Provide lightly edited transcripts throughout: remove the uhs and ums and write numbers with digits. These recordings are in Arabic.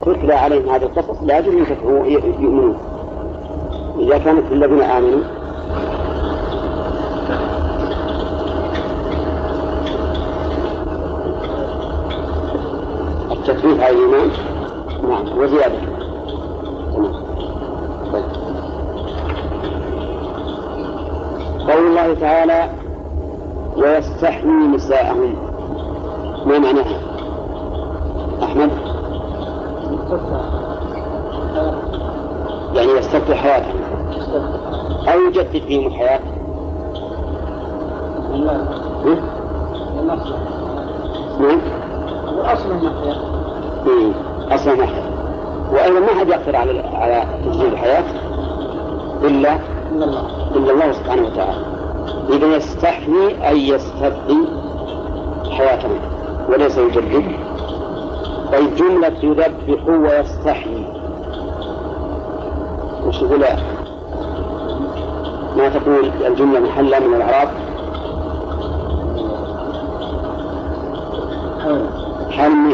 تتلى عليهم هذه القصص لا يجب أن يؤمنون. إذا كانت الذين آمنوا التثبيت على الإيمان نعم وزيادة. قول الله تعالى ويستحيي نساءهم، ما معناها أحمد؟ يعني يستبقي حياتهم أو يجدد فيهم الحياة. نعم أصلا محيا. أصلا محيا. وأيضا ما حد يقدر على تجديد الحياة إلا الله سبحانه وتعالى. إذا يستحيي أي يستبقي حياتهم وليس يجدد. طيب جملة يذبح ويستحيي وش يقول؟ ما تقول الجملة محلة من الإعراب؟ حال مين؟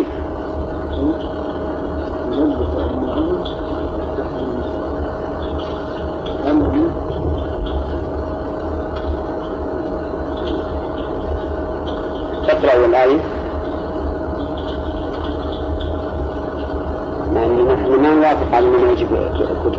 تقرأ الآية؟ يعني نحن ما نوافق على من يجب الكتب.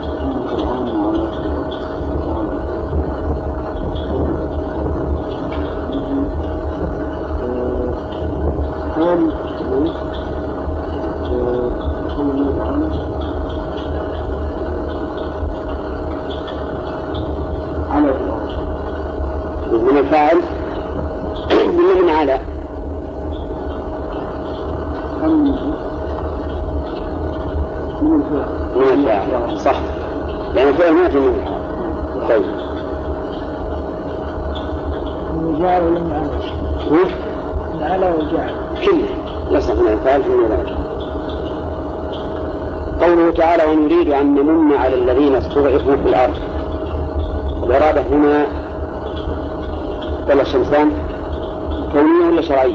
من الفاعل من على من الفاعل صح، يعني الفاعل ما في من الفاعل. طيب الجعل ولا العلى والجعل كله يصح من الفاعل من الفاعل. قوله تعالى ونريد أن نمن على الذين استضعفوا في الأرض. الإرادة هنا ولا الشمسان كونية ولا شرعية؟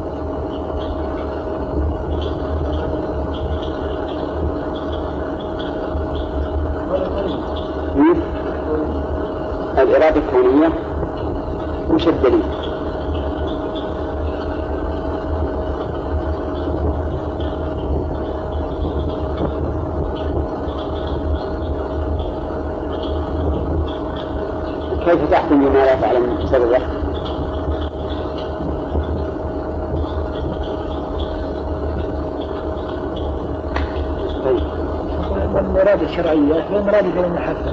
الإرادة الكونية وش الدليل؟ كيف تحكم بما لا تعلم سببه؟ الإرادة الشرعية هي مرادفة للمحبة.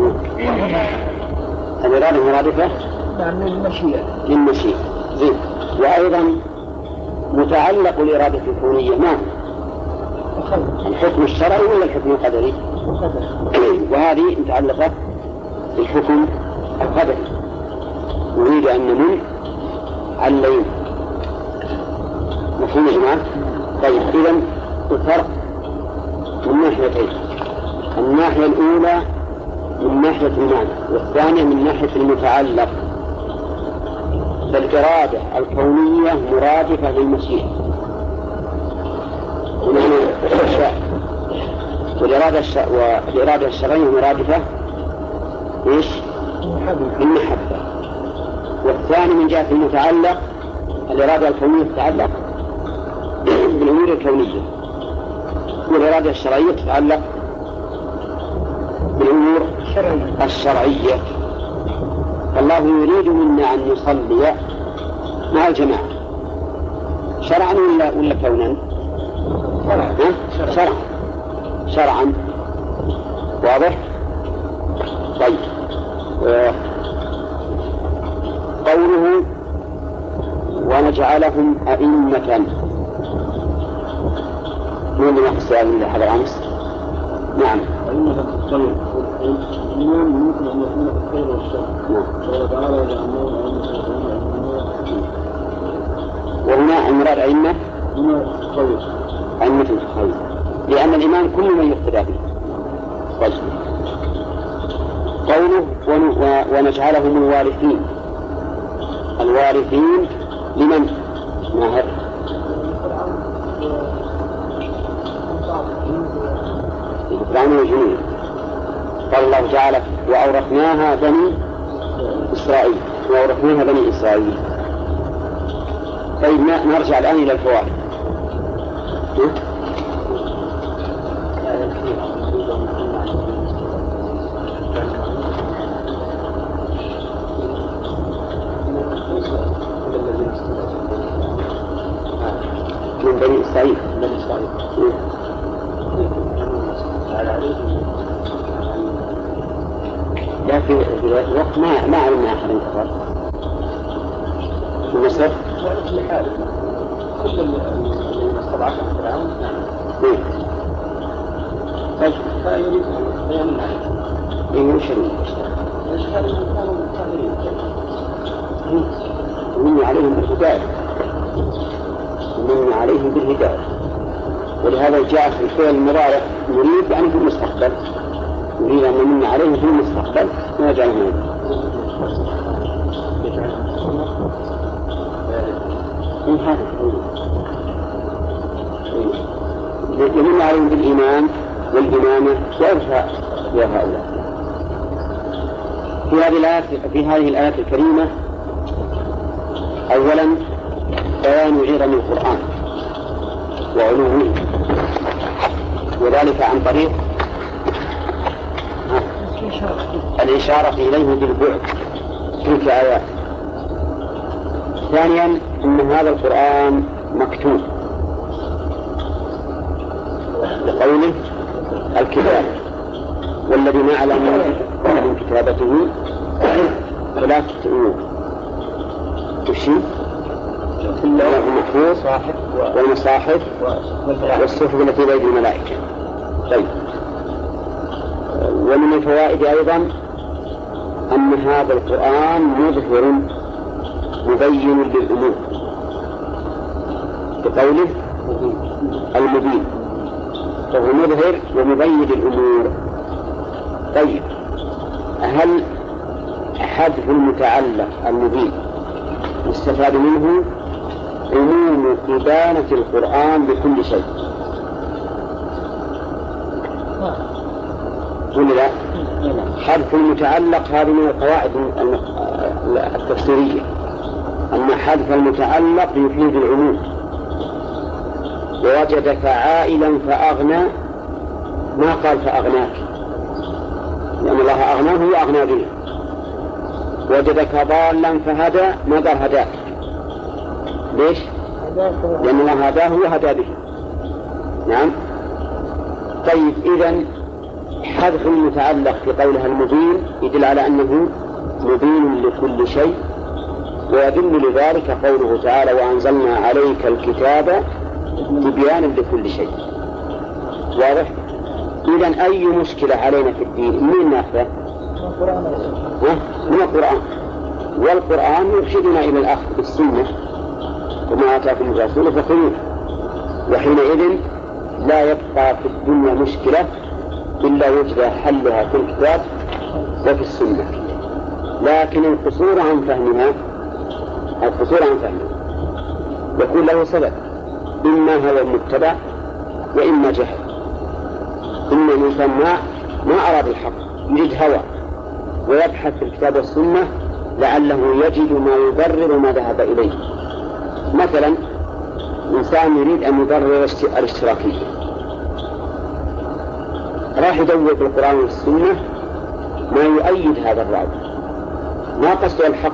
الإرادة مرادفة؟ نعم للمشيئة. زين. وأيضا متعلق الإرادة الكونية ما الحكم الشرعي ولا الحكم القدري؟ وهذه متعلقة بالحكم القدري. نريد أن نمن على الليل. مفهوم يا جماعة؟ طيب إذن الفرق من ناحيتين. الناحية الأولى من ناحية المعنى والثانية من ناحية المتعلق. فالإرادة الكونية مرادفة للمشيئة والإرادة الشرعية مرادفة إيش؟ المحبة. والثاني من جهة المتعلق الإرادة الكونية تتعلق بالأمور الكونية والإرادة الشرعية تتعلق بالأمور الشرعية. فالله يريد منا أن نصلي مع الجماعة شرعا ولا كونا؟ شرعا. واضح؟ طيب قوله ونجعلهم أئمة. من اللي نقص السؤال من حضر أمس؟ نعم. أئمة الخير والإمام يمكن أن يكون في الخير والشر. قال تعالى وجعلناهم أئمة. وهنا المراد أئمة خير. أئمة الخير لأن الإمام كل من يقتدى به. طيب قوله ونجعلهم الوارثين. الوارثين لمن؟ ماهر فرعون وجنوده. قال الله تعالى وأورثناها بني إسرائيل. طيب نرجع الآن إلى الفوائد. من بني إسرائيل. لا في الوقت ما علمنا أحد كفر في مصر. كل اللي استضعف فرعون طيب فيريد أن يمنع يشري ومن عليهم بالهداية ولهذا جاء في الفعل المضارع يريد يعني في المستقبل، يريد أن يمن عليهم في المستقبل ويجعلهم يمن عليهم بالإيمان والإمامة ويرفع يا هؤلاء. في هذه الآيات الكريمة أولا بيان عظم القرآن وعلومه، وذلك عن طريق الإشارة إليه بالبعد تلك آيات. ثانيا أن هذا القرآن مكتوب بقوله الكتاب، والذي نعلم من كتابته ثلاثة أمور: الشيء المحفوظ والمصاحف والصحف التي بيد الملائكة. طيب، ومن الفوائد أيضا أن هذا القرآن مظهر مبين للأمور بقوله المبين، فهو مظهر ومبين للأمور. طيب، هل حذف المتعلق المبين يستفاد منه عموم إبانة القرآن بكل شيء ولا لا؟ حذف المتعلق هذه من القواعد التفسيرية، أن حذف المتعلق يفيد العموم. ووجدك عائلا فأغنى ما قال فأغناك، لأن الله أغناه وأغنى به. وجدك ضالا فهدى ما قال هداك، ليش؟ لأن الله هداه وهدى به. نعم. طيب، إذن حذف المتعلق في قولها المبين يدل على أنه مبين لكل شيء، ويدل لذلك قوله تعالى وأنزلنا عليك الكتاب تبيانا لكل شيء. واضح؟ إذن أي مشكلة علينا في الدين من ناخذه؟ من القرآن. والقرآن يرشدنا إلى الأخذ بالسنة، وما آتاكم الرسول فخذوه. وحينئذ لا يبقى في الدنيا مشكلة إلا وجد حلها في الكتاب وفي السنة. لكن القصور عن فهمها يكون له سبب: إما هو المتبع وإما جهل. إما الإنسان ما أراد الحق، يريد هوى ويبحث في الكتاب والسنة لعله يجد ما يبرر ما ذهب إليه. مثلا إنسان يريد أن يبرر الاشتراكية، راح يدور في القرآن والسنة ما يؤيد هذا الرأي، ما قصده الحق،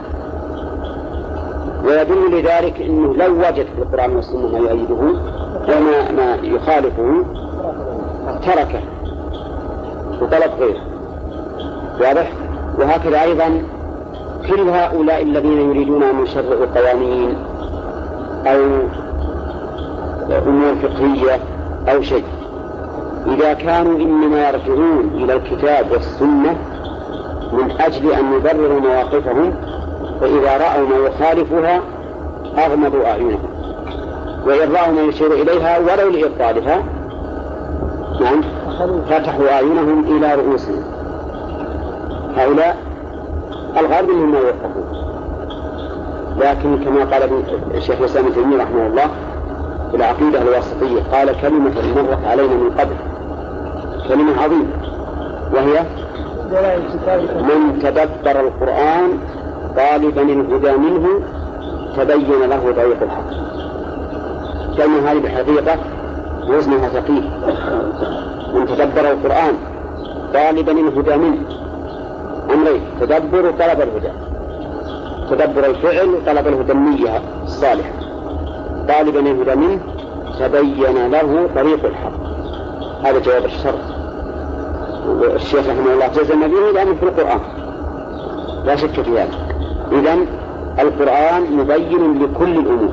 ويدل لذلك أنه لو وجد في القرآن والسنة ما يؤيده وما يخالفه تركه وطلب غيره. واضح؟ وهكذا أيضا كل هؤلاء الذين يريدون أن يشرعوا قوانين أو أمور فقهية أو شيء، إذا كانوا إنما يرجعون إلى الكتاب والسنة من أجل أن يبرروا مواقفهم، فإذا رأوا ما يخالفها أغمضوا أعينهم، وإن رأوا ما يشير إليها ولو لإبطالها نعم فتحوا أعينهم إلى رؤوسهم. هؤلاء الغالب مما يوفقون. لكن كما قال الشيخ الإسلام ابن تيمية رحمه الله في العقيدة الواسطية، قال كلمة مرت علينا من قبل كلمة عظيمة، وهي من تدبر القرآن طالبا الهدى منه تبين له طريق الحق. كلمة هذه بحقيقة وزنها ثقيل. من تدبر القرآن طالبا الهدى منه، أمرين: تدبر وطلب الهدى، تدبر الفعل وطلب الهدى النية الصالحة. طالبا الهدى منه تبين له طريق الحق، هذا جواب الشرط. والشيخ رحمه الله جزم به لأنه في القرآن لا شك في هذا. إذن القرآن مبين لكل الأمور،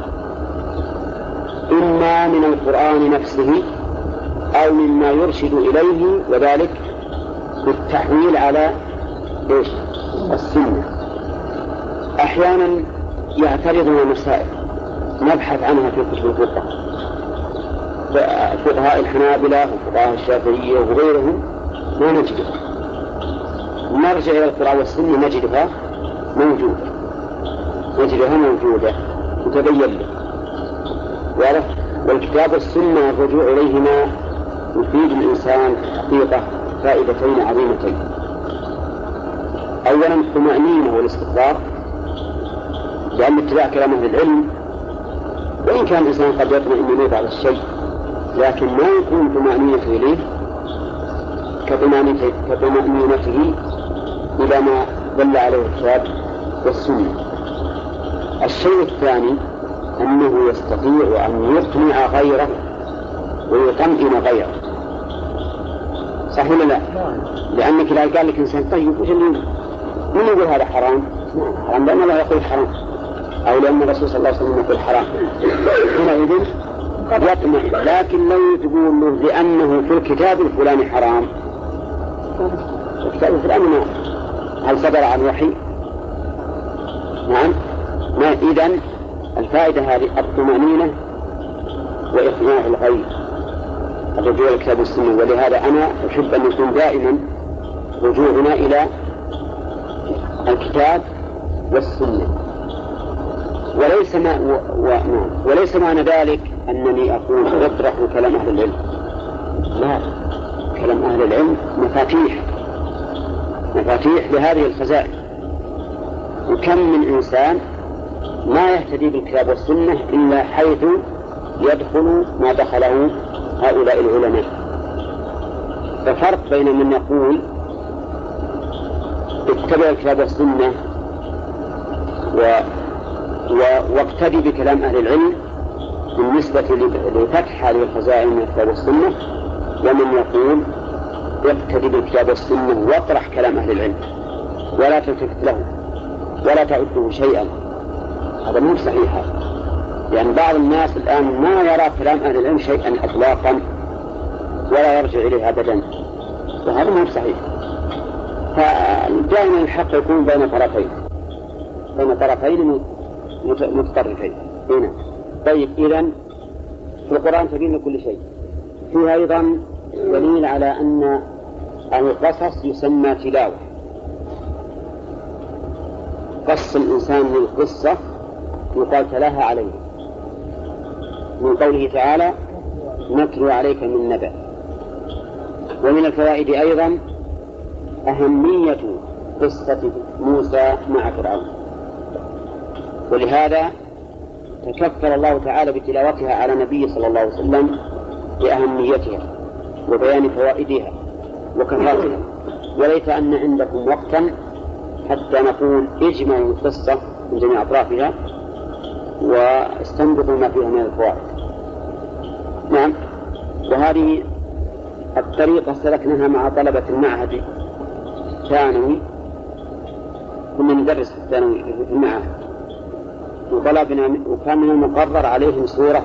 إما من القرآن نفسه أو مما يرشد إليه، وذلك بالتحويل على السنة. أحيانا يعترضون مسائل نبحث عنها في كتب الفقه، فقهاء الحنابلة وفقهاء الشافعية وغيرهم ما نجدها، نرجع إلى القرآن والسنة نجدها موجودة وتبين لك. والكتاب والسنة الرجوع إليهما يفيد الإنسان حقيقة فائدتين عظيمتين: أولا الطمأنينة والاستقرار، لأن اتباع كلام أهل العلم وإن كان الإنسان قد يطمئن إليه بعض الشيء، لكن ما يكون طمأنينته إليه كطمأنينته إلى ما دل عليه الكتاب والسنة. الشيء الثاني أنه يستطيع أن يقنع غيره ويطمئن غيره، صح ولا لا؟ لأنك لا قال لك إنسان طيب وش اللي من يقول هذا حرام؟ حرام لأن الله يقول حرام، أو لأن الرسول صلى الله عليه وسلم يقول حرام، حينئذ يطمئن. لكن لو تقول له لأنه في الكتاب الفلاني حرام، الكتاب الفلاني ما هل صدر عن وحي؟ نعم. إذن الفائدة هذه الطمأنينة وإقناع الغير، الرجوع إلى الكتاب والسنة. ولهذا أنا أحب أن يكون دائما رجوعنا إلى الكتاب والسنة، وليس معنى ذلك أنني أقول اطرحوا كلام أهل العلم، لا، كلام أهل العلم مفاتيح لهذه الخزائن. وكم من إنسان ما يهتدي بالكتاب والسنة إلا حيث يدخل ما دخله هؤلاء العلماء. ففرق بين من يقول اتبع الكتاب والسنة واقتدي بكلام أهل العلم بالنسبة لفتح هذه الخزائن من الكتاب والسنة، ومن يقول اقتدي بالكتاب والسنة واطرح كلام أهل العلم ولا تلتفت له ولا تعده شيئا. هذا مو صحيح، يعني بعض الناس الآن ما يرى كلام أهل العلم شيئا إطلاقا ولا يرجع إليه أبدا، وهذا مو صحيح. فدائما الحق يكون بين طرفين متطرفين هنا. طيب، إذن في القرآن تبين كل شيء. فيها أيضا دليل على أن القصص يسمى تلاوة. قص الإنسان للقصة يقال تلاها عليه، من قوله تعالى نتلو عليك من نبأ. ومن الفوائد أيضا أهمية قصة موسى مع فرعون، ولهذا تكفل الله تعالى بتلاوتها على النبي صلى الله عليه وسلم لأهميتها وبيان فوائدها وكثرتها. وليس أن عندكم وقتا حتى نقول اجمعوا القصة من جميع أطرافها واستنبطوا ما فيها من الفوائد. نعم. وهذه الطريقة سلكناها مع طلبة المعهد الثانوي، كنا ندرس في الثانوي في المعهد، وكان من المقرر عليهم سورة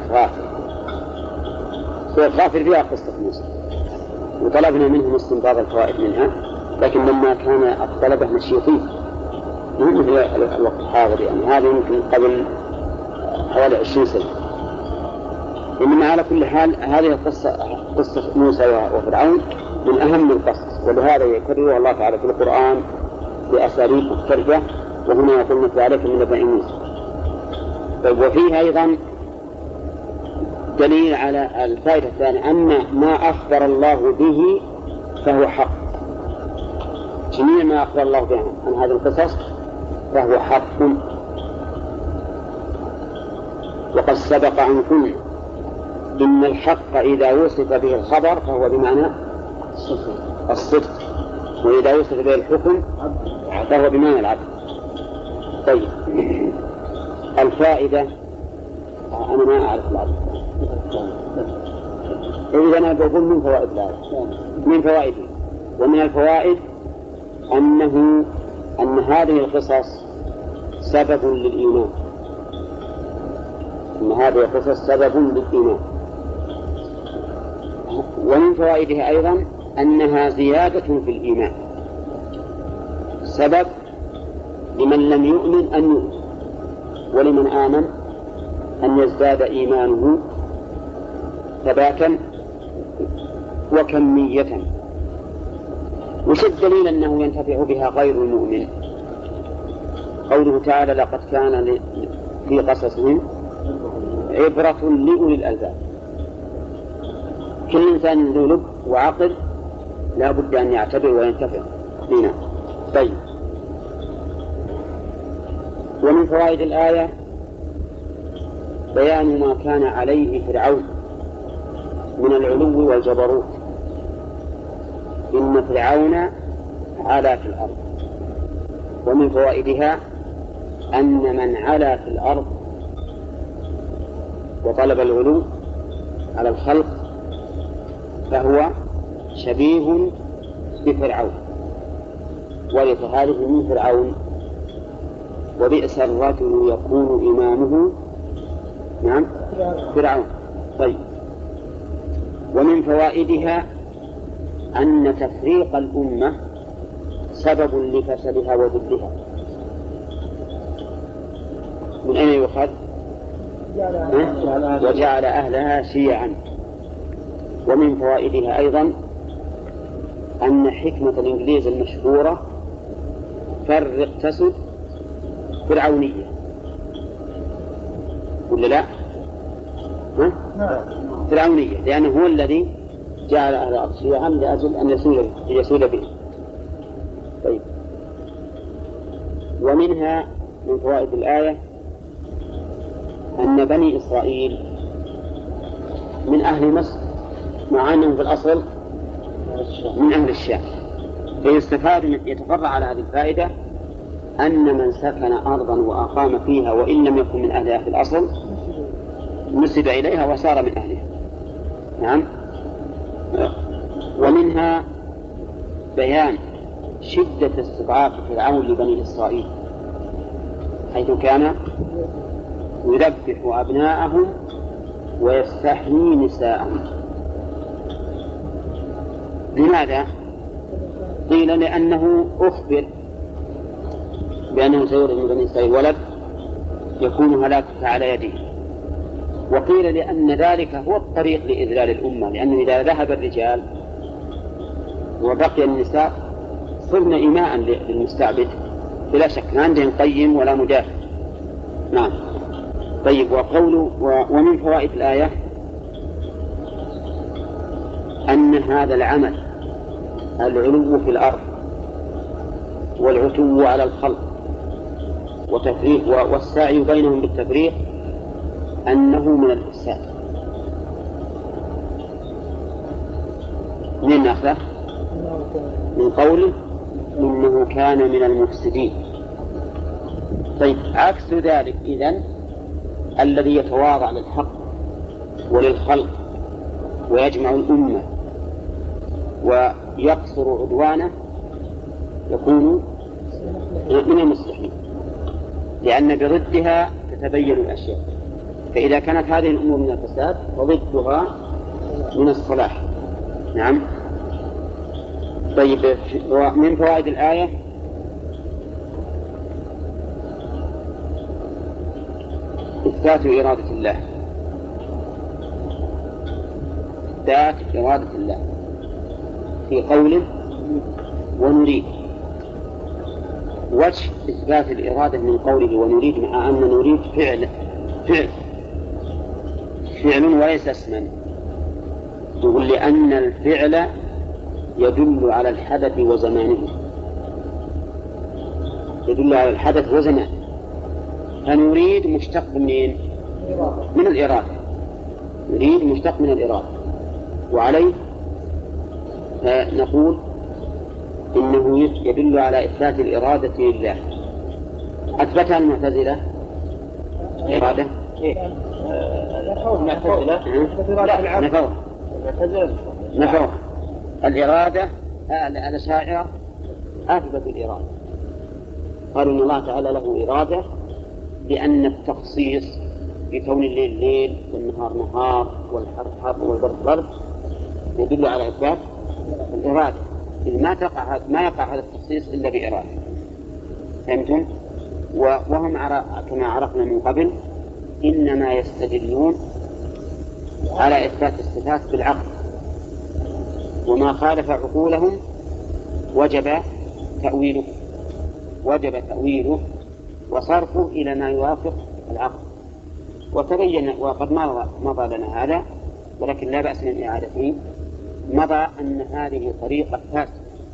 غافر فيها قصة موسى، وطلبنا منهم استنباط الفوائد منها، لكن لما كان الطلبة نشيطين مهم في الوقت الحاضر، يعني هذا يمكن قبل حوالي 20 سنة. إنما على كل حال هذه قصة موسى وفرعون من أهم القصص، ولهذا يكررها الله تعالى في القرآن بأساليب مختلفة، وهنا يقول نتلو عليك من نبأ موسى. وفيه أيضا دليل على الفائدة الثانية أن ما أخبر الله به فهو حق. جميع ما أخبر الله به عن هذه القصص فهو حق. وقد سبق عنكم إن الحق إذا وصف به الخبر فهو بمعنى الصدق، وإذا وصف به الحكم فهو بمعنى العدل. طيب، الفائدة أنا ما أعرف العدل، إذا أنا بقول من فوائد الآية، من فوائده. ومن الفوائد أن هذه القصص سبب للإيمان، أن هذه القصص سبب للإيمان. ومن فوائدها أيضا أنها زيادة في الإيمان، سبب لمن لم يؤمن أن يؤمن، ولمن آمن أن يزداد إيمانه ثباتا وكمية. وش الدليل أنه ينتفع بها غير المؤمن؟ قوله تعالى: لقد كان في قصصهم عبرة لأولي الألباب. كل إنسان ذو لب وعقل لا بد أن يعتبر وينتفع بنا. طيب، ومن فوائد الآية بيان ما كان عليه فرعون من العلو والجبروت. إن فرعون علا في الأرض. ومن فوائدها أن من علا في الأرض وطلب العلو على الخلق فهو شبيه بفرعون، ورث هذه من فرعون. وبئس الرجل يكون إمامه فرعون. طيب، ومن فوائدها أن تفريق الأمة سبب لفشلها وذلها. من أين يؤخذ؟ وجعل أهلها شيعا. ومن فوائدها أيضا أن حكمة الإنجليز المشهورة فرق تسد فرعونية، ولا لا؟ فرعونية، لأنه هو الذي جعل أهل الأرض شيعا لأجل أن يسود به. طيب، ومنها من فوائد الآية أن بني إسرائيل من أهل مصر مع أنهم في الأصل من أهل الشام. فيستفاد يتفرع على هذه الفائدة أن من سكن أرضا وأقام فيها وإن لم يكن من أهلها في الأصل نسب إليها وصار من أهلها. نعم. ومنها بيان شدة استضعاف فرعون لبني إسرائيل، حيث كان يذبح أبناءهم ويستحيي نساءهم. لماذا؟ قيل لأنه أخبر بأنه سيولد من بني إسرائيل ولد يكون هلاكك على يده. وقيل لأن ذلك هو الطريق لإذلال الأمة، لأنه إذا ذهب الرجال وبقي النساء صرنا إيماء للمستعبد بلا شك، ما عندهم قيم ولا مدافع. نعم. طيب، ومن فوائد الآية أن هذا العمل العلو في الأرض والعتو على الخلق وتفريق والسعي بينهم بالتفريق أنه من الإفساد. من ناخذه؟ من قوله إنه كان من المفسدين. طيب، عكس ذلك إذن الذي يتواضع للحق وللخلق ويجمع الأمة ويقصر عدوانه يكون من المصلحين، لأن بضدها تتبين الأشياء. فإذا كانت هذه الأمور من الفساد وضدها من الصلاح. نعم. طيب، ومن فوائد الآية إثبات إرادة الله، إثبات إرادة الله في قوله ونريد. وجه إثبات الإرادة من قوله ونريد مع أن نريد فعل وليس اسما، يقول لأن الفعل يدل على الحدث وزمانه، يدل على الحدث وزمانه. فنريد مشتق منين؟ من الإرادة. نريد مشتق من الإرادة، وعليه نقول إنه يدل على إثبات الإرادة لله. أثبتها المعتزلة الإرادة؟ نفوها الإرادة. الأشاعرة أثبتوا الإرادة، قالوا إن الله تعالى له إرادة، لأن التخصيص بكون الليل ليل والنهار نهار والحر حر والبرد برد يدل على إثبات الإرادة، إذ ما يقع هذا التخصيص إلا بإرادة. فهمتم؟ وهم كما عرفنا من قبل إنما يستدلون على إثبات الصفات بالعقل، وما خالف عقولهم وجب تأويله وصرفه إلى ما يوافق العقل. وتبين وقد مضى لنا هذا، ولكن لا بأس من إعادته. مضى أن هذه طريقة فاسدة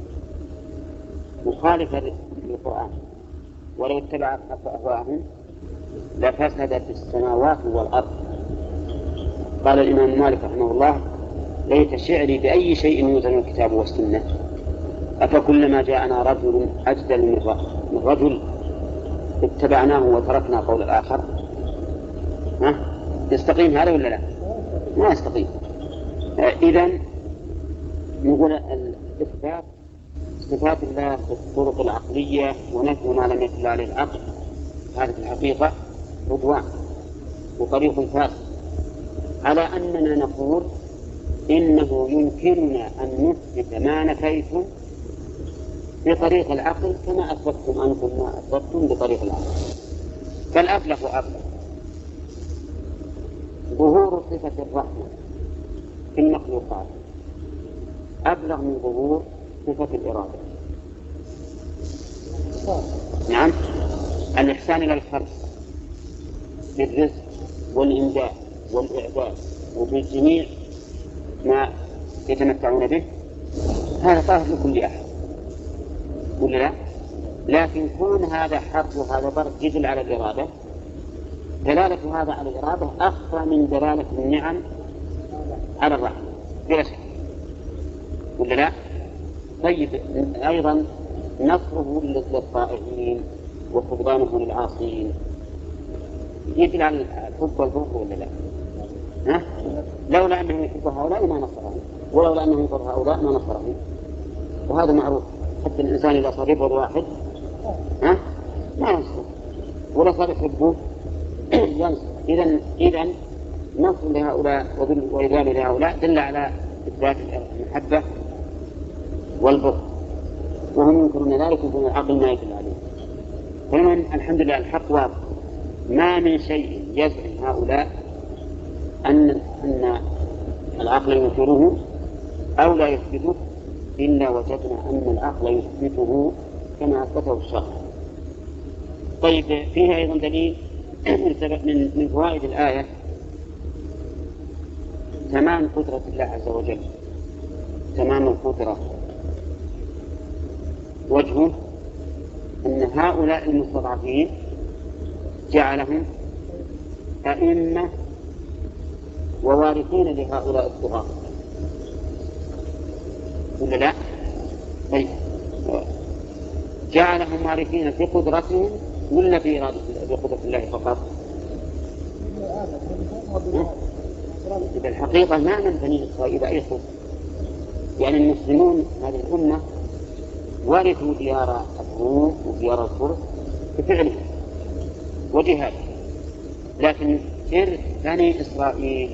مخالفة للقرآن، ولو اتبعت أهواءهم لفسدت السماوات والأرض. قال الإمام مالك رحمه الله: ليت شعري بأي شيء يوزن الكتاب والسنة، أفكلما جاءنا رجل أجدل من رجل اتبعناه وتركنا قول الآخر. يستقيم هذا ولا لا؟ ما يستقيم. إذن نقول الإثبات صفات الله بالطرق العقلية ونفي ما لم يدل عليه العقل، هذا في الحقيقة عدوان وطريق فاسد، على أننا نقول إنه يمكننا أن نثبت ما نفيتم بطريق العقل كما أثبتتم أنتم ما أثبتم بطريق العقل. فالأبلغ وأبلغ ظهور صفة الرحمة في المخلوقات أبلغ من ظهور صفة الإرادة. نعم، الإحسان إلى الخلق بالرزق والإمداد والإعداد وبالجميع ما يتمتعون به، هذا طاهر لكل أحد ولا لا؟ لكن كون هذا حق وهذا برد يدل على الإرادة، دلالة هذا على الإرادة أخفى من دلالة النعم على الرحمة بلا شك ولا لا؟ طيب، أيضا نصره للطائعين وفقدانه للعاصين يدل على الحب والبغض ولا لا؟ لولا أنه يحب هؤلاء ما نصرهم، ولولا أنه يبغض هؤلاء ما نصرهم، وهذا معروف. حتى الإنسان إذا صار يبغض واحد ما ينصر، ولا صار يحبه ينصر. إذن نصر لهؤلاء وإذلال لهؤلاء دل على إثبات المحبة والبغض، وهم ينكرون ذلك يكون العقل ما يدل عليه. فمن الحمد لله الحق واضح، ما من شيء يزعم هؤلاء أن العقل ينكره أو لا يثبته إلا وجدنا أن العقل يثبته كما أثبته الشرع. طيب، فيها أيضا دليل من فوائد الآية تمام قدرة الله عز وجل، تمام القدرة. وجهه أن هؤلاء المستضعفين جعلهم أئمة ووارثين لهؤلاء الطغاة ولا لا؟ طيب، جعلهم وارثين في قدرتهم ولا في قدرة الله فقط؟ بالحقيقة ما من بني إسرائيل بأي خطوة، يعني المسلمون هذه الأمة ورثوا ديار الروم وديار الفرس بفعلهم وجهاد، لكن إرث بني إسرائيل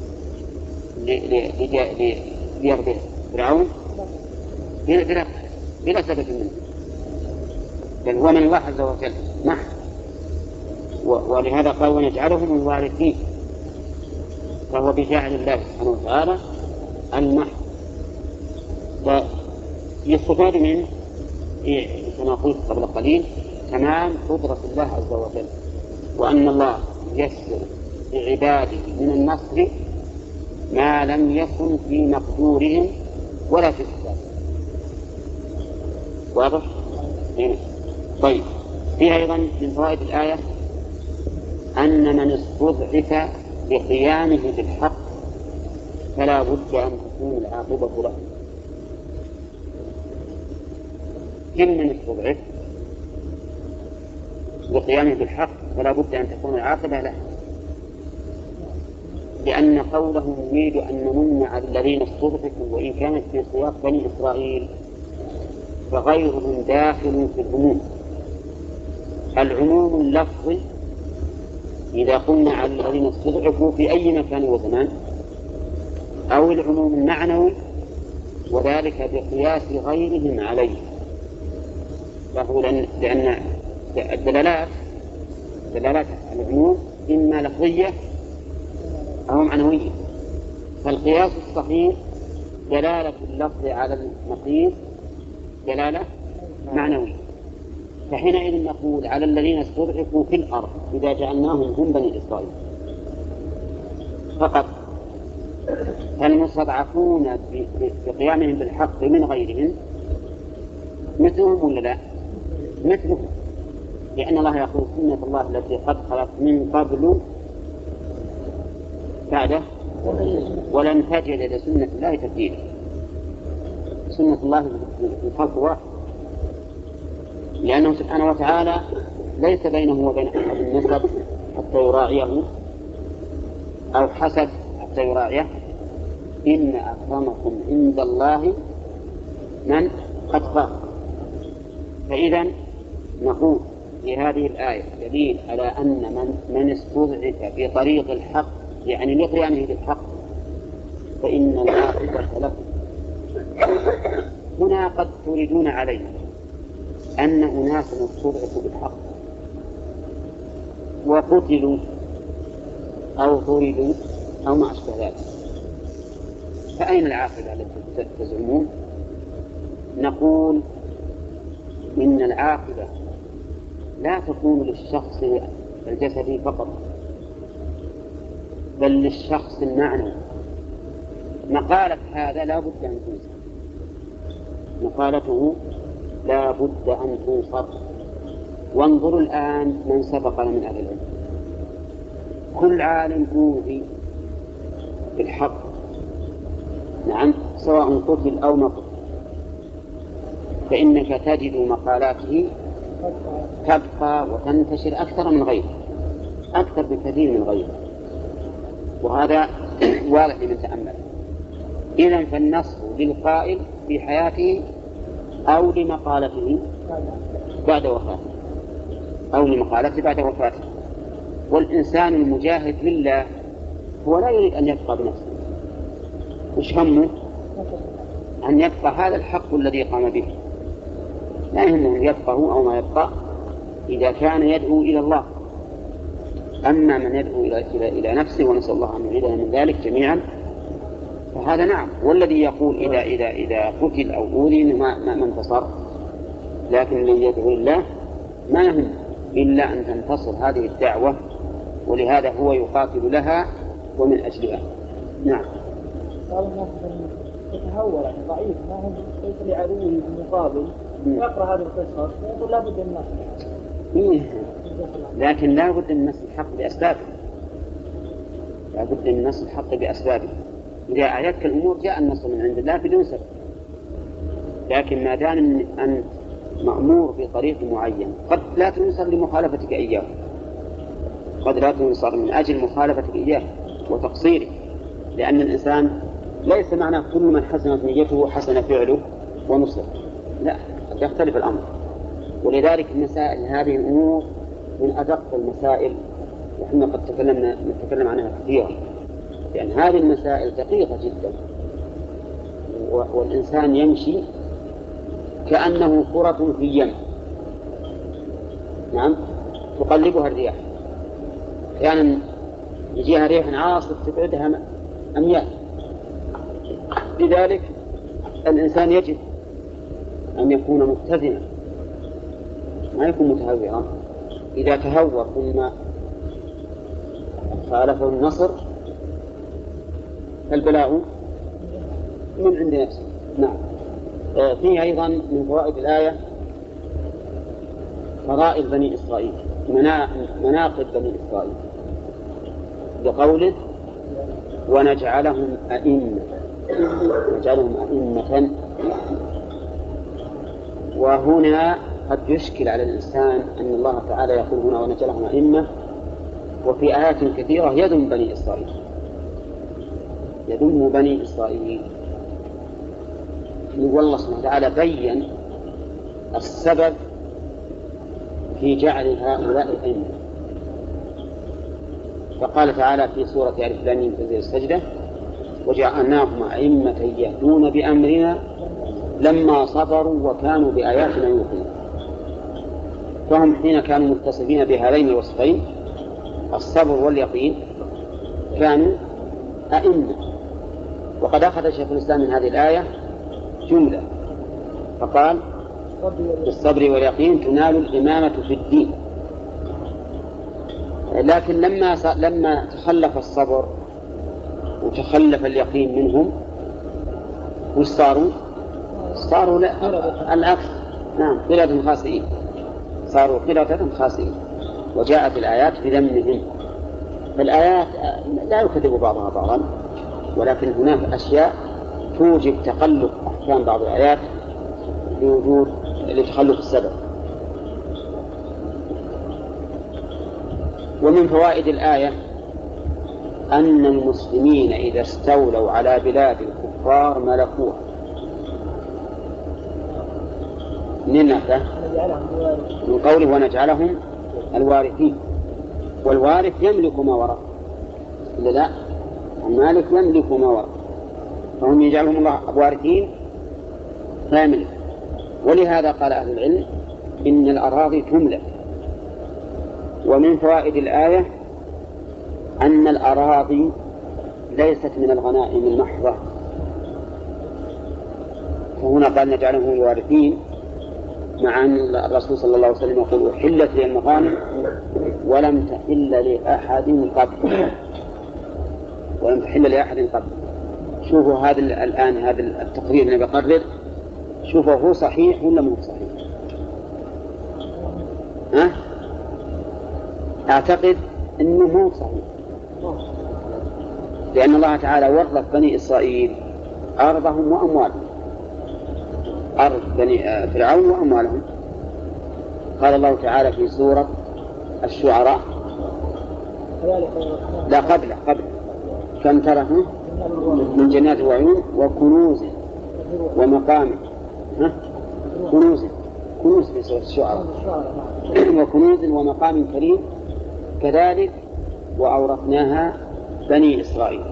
ليرضي فرعون بلا سبب منه، بل هو من الله عز وجل محض. ولهذا قال: ونجعلهم الوارثين، فهو بجعل الله سبحانه وتعالى المحض. ويستفاد من كما قلت قبل قليل تمام قدرة الله عز وجل، وأن الله يسر لعباده من النصر ما لم يكن في مقدورهم ولا في الحساب. واضح؟ طيب، فيها أيضا من فوائد الآية أن من استضعف بقيامه بالحق فلا بد أن تكون العاقبة له. كل من استضعف بقيامه بالحق فلا بد أن تكون العاقبة له، لأن قوله نريد أن نمن على الذين استضعفوا وإن كانت في سياق بني إسرائيل فغيرهم داخل في العموم. العموم اللفظي إذا قلنا على الذين استضعفوا في أي مكان وزمان، أو العموم المعنوي وذلك بقياس غيرهم عليه، لأن الدلالات العموم إما لفظية أو معنوية، فالقياس الصحيح دلالة اللفظ على المقيس دلالة معنوية. فحينئذ نقول على الذين استضعفوا في الأرض إذا جعلناهم هم بني إسرائيل فقط، فالمستضعفون بقيامهم بالحق من غيرهم مثلهم ولا لا؟ مثلهم، لأن الله يقول سنة الله التي قد خلت من قبل بعده ولن تجد لسنة الله تبديلا. سنة الله في الخلق واحد، لأنه سبحانه وتعالى ليس بينه وبين أحد النسب حتى يراعيه أو حسب حتى يراعيه. إن أكرمكم عند الله من أتقاكم. فإذا نقول في هذه الآية دليل على أن من استضعف في طريق الحق يعني لقيامه بالحق فإن العاقبة له. هنا قد تريدون علينا أن أناسا استضعفوا بالحق وقتلوا أو طردوا أو ما أشبه ذلك، فأين العاقبة التي تزعمون؟ نقول إن العاقبة لا تكون للشخص الجسدي فقط، بل للشخص المعنوي. مقالة هذا لا بد أن تنصر، مقالته لا بد أن تنصر. وانظروا الآن من سبقنا من أهل العلم، كل عالم أوذي بالحق، نعم، سواء قتل أو ما قتل، فإنك تجد مقالاته تبقى وتنتشر أكثر من غيره، أكثر بكثير من غيره، وهذا واضح لمن تأمل. إذن فالنصر للقائل في حياته أو لمقالته بعد وفاته، أو لمقالته بعد وفاته. والإنسان المجاهد لله هو لا يريد أن يبقى بنفسه، وش همه؟ أن يبقى هذا الحق الذي قام به، لا يهمه أن يبقى هو أو ما يبقى إذا كان يدعو إلى الله. أما من يدعو إلى نفسه، ونسأل الله أن يعيذنا من ذلك جميعا، فهذا نعم. والذي يقول إذا قتل أو أوذي ما انتصر، لكن الذي يدعو الله ما يهم إلا أن تنتصر هذه الدعوة، ولهذا هو يقاتل لها ومن أجلها. نعم. قال الناس يتهور يعني ضعيف، ما هم ليس لعدوه بالمقابل، يقرأ هذه القصص ويقول لا بد من النصر. لكن لا بد من نصر الحق بأسبابه، لا بد من نصر الحق بأسبابه. إذا أعيتك الأمور جاء النصر من عند الله بدون سبب، لكن ما دام أن مأمور بطريق معين قد لا تنصر لمخالفتك إياه، قد لا تنصر من أجل مخالفتك إياه وتقصيره، لأن الإنسان ليس معنى كل من حسنت نيته حسن فعله ونصر، لا، قد يختلف الأمر. ولذلك المسائل هذه الأمور من أدق المسائل، وإحنا قد نتكلم عنها كثيرا، لأن هذه المسائل دقيقة جدا، والإنسان يمشي كأنه كرة في يم، نعم، تقلبها الرياح، أحيانا يجيها ريح عاصف تبعدها أميال. لذلك الإنسان يجب أن يكون متزنا، ما يكون متهورا. إذا تهور ثم خالفه النصر فالبلاء من عند نفسه. نعم. فيه أيضا من فوائد الآية فضائل بني إسرائيل، مناقب بني إسرائيل، بقوله ونجعلهم أئمة، نجعلهم أئمة. وهنا قد يشكل على الإنسان أن الله تعالى يقول هنا ونجعلهم أئمة، وفي آيات كثيرة يذم بني إسرائيل، يذم بني إسرائيل. والله سبحانه وتعالى بين السبب في جعل هؤلاء أئمة، فقال تعالى في سورة ألف لام ميم تنزيل السجدة وجعلناهم أئمة يهدون بأمرنا لما صبروا وكانوا بآياتنا يوقنون. فهم حين كانوا متصفين بهذين الوصفين الصبر واليقين كانوا أئمة. وقد أخذ شيخ الإسلام من هذه الآية جملة فقال بالصبر واليقين تنال الإمامة في الدين. لكن لما تخلف الصبر وتخلف اليقين منهم وش صاروا العكس. نعم قلة خاسئين، صاروا قلة خاسئين. وجاءت الآيات بذمهم. فالآيات لا يكذب بعضها بعضا، ولكن هناك أشياء توجب تقلب أحكام بعض الآيات لتخلف السبب. ومن فوائد الآية أن المسلمين إذا استولوا على بلاد الكفار ملكوها. من قوله ونجعلهم الوارثين، والوارث يملك ما ورث، إلا لا المالك يملك ما ورث، فهم يجعلهم الله وارثين فيملك. ولهذا قال أهل العلم إن الأراضي تملك. ومن فوائد الآية أن الأراضي ليست من الغنائم المحضة، فهنا قال نجعلهم الوارثين، مع أن الرسول صلى الله عليه وسلم يقول أحلت لي المغانم ولم تحل لأحد قبل، ولم تحل لأحد قبل. شوفوا هذا الآن هذا التقرير اللي بقرر، شوفوا هو صحيح ولا مو صحيح؟ أعتقد أنه مو صحيح، لأن الله تعالى ورث بني إسرائيل أرضهم وأموالهم، أرض بني فرعون وأموالهم. قال الله تعالى في سورة الشعراء لا قبل كم تركوا من جنات وعيون وكنوز ومقام كنوز في سورة الشعراء وكنوز ومقام كريم كذلك وأورثناها بني إسرائيل.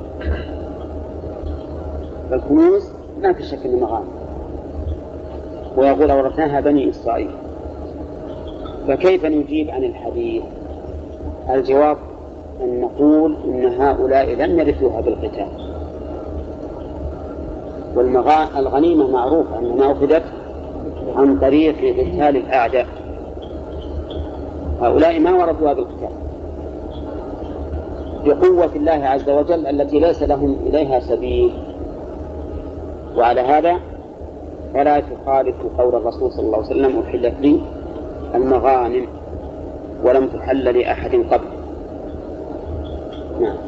فالكنوز ما في شك أنها مغانم، ويقول أورثناها بني إسرائيل. فكيف نجيب عن الحديث؟ الجواب أن نقول إن هؤلاء لم يرثوها بالقتال، والغنيمة معروفة أنها أخذت عن طريق قتال الأعداء. هؤلاء ما ورثوها بالقتال بقوة الله عز وجل التي ليس لهم إليها سبيل. وعلى هذا فلا تخالف قول الرسول صلى الله عليه وسلم أحلت لي المغانم ولم تحل لأحد قبل. نعم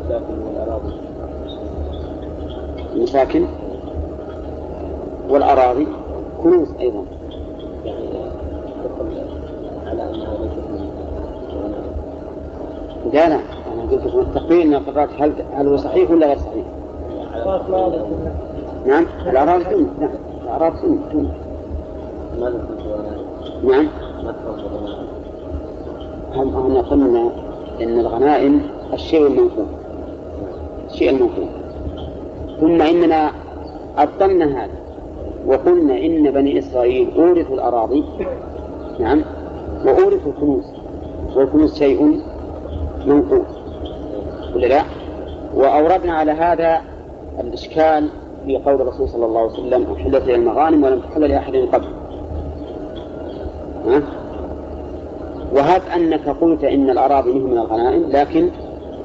المساكن والأراضي كنوز أيضا، يعني على أنها ليست من لا أنا قلت لكم التقرير أن قررت هل هو صحيح ولا غير صحيح؟ نعم الأراضي تملك. نعم الأراضي تملك. نعم هم قلنا إن الغنائم الشيء المنقول ثم إننا أبطلنا هذا وقلنا إن بني إسرائيل أورثوا الأراضي نعم وأورثوا الكنوز، والكنوز شيء منقول ولا لا؟ وأوردنا على هذا الإشكال في قول الرسول صلى الله عليه وسلم أحلت لي المغانم ولم تحل لأحد قبل. وهذا أنك قلت إن الأراضي من الغنائم، لكن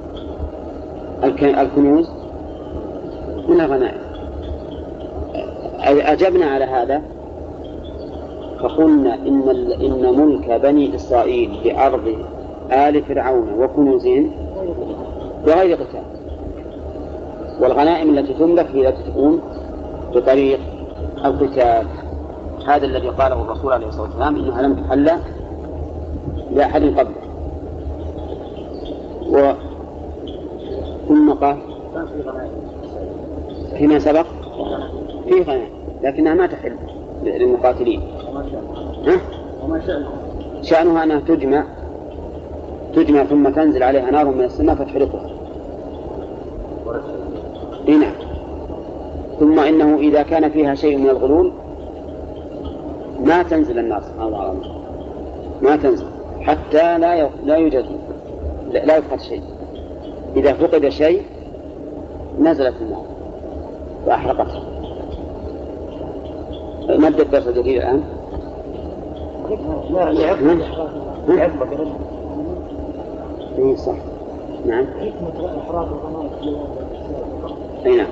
الكنوز من الغنائم. أجبنا على هذا فقلنا إن ملك بني إسرائيل بأرض آل فرعون وكنوزهم بغير قتال، والغنائم التي تملك هي التي تكون بطريق القتال. هذا الذي قاله الرسول عليه الصلاة والسلام إنها لم تحل لأحد قبله. ثم قال فيما سبق فيه غنائم لكنها ما تحل للمقاتلين. شأنها أنها تجمع ثم تنزل عليها نار من السماء فتحرقها. نعم. ثم إنه إذا كان فيها شيء من الغلول ما تنزل النار سبحانه وتعالى، ما تنزل حتى لا يوجد لا يفقد شيء. إذا فقد شيء نزلت النار وأحرقتها. مادة الدرس الجديد الآن إيه صح. نعم. أي نعم.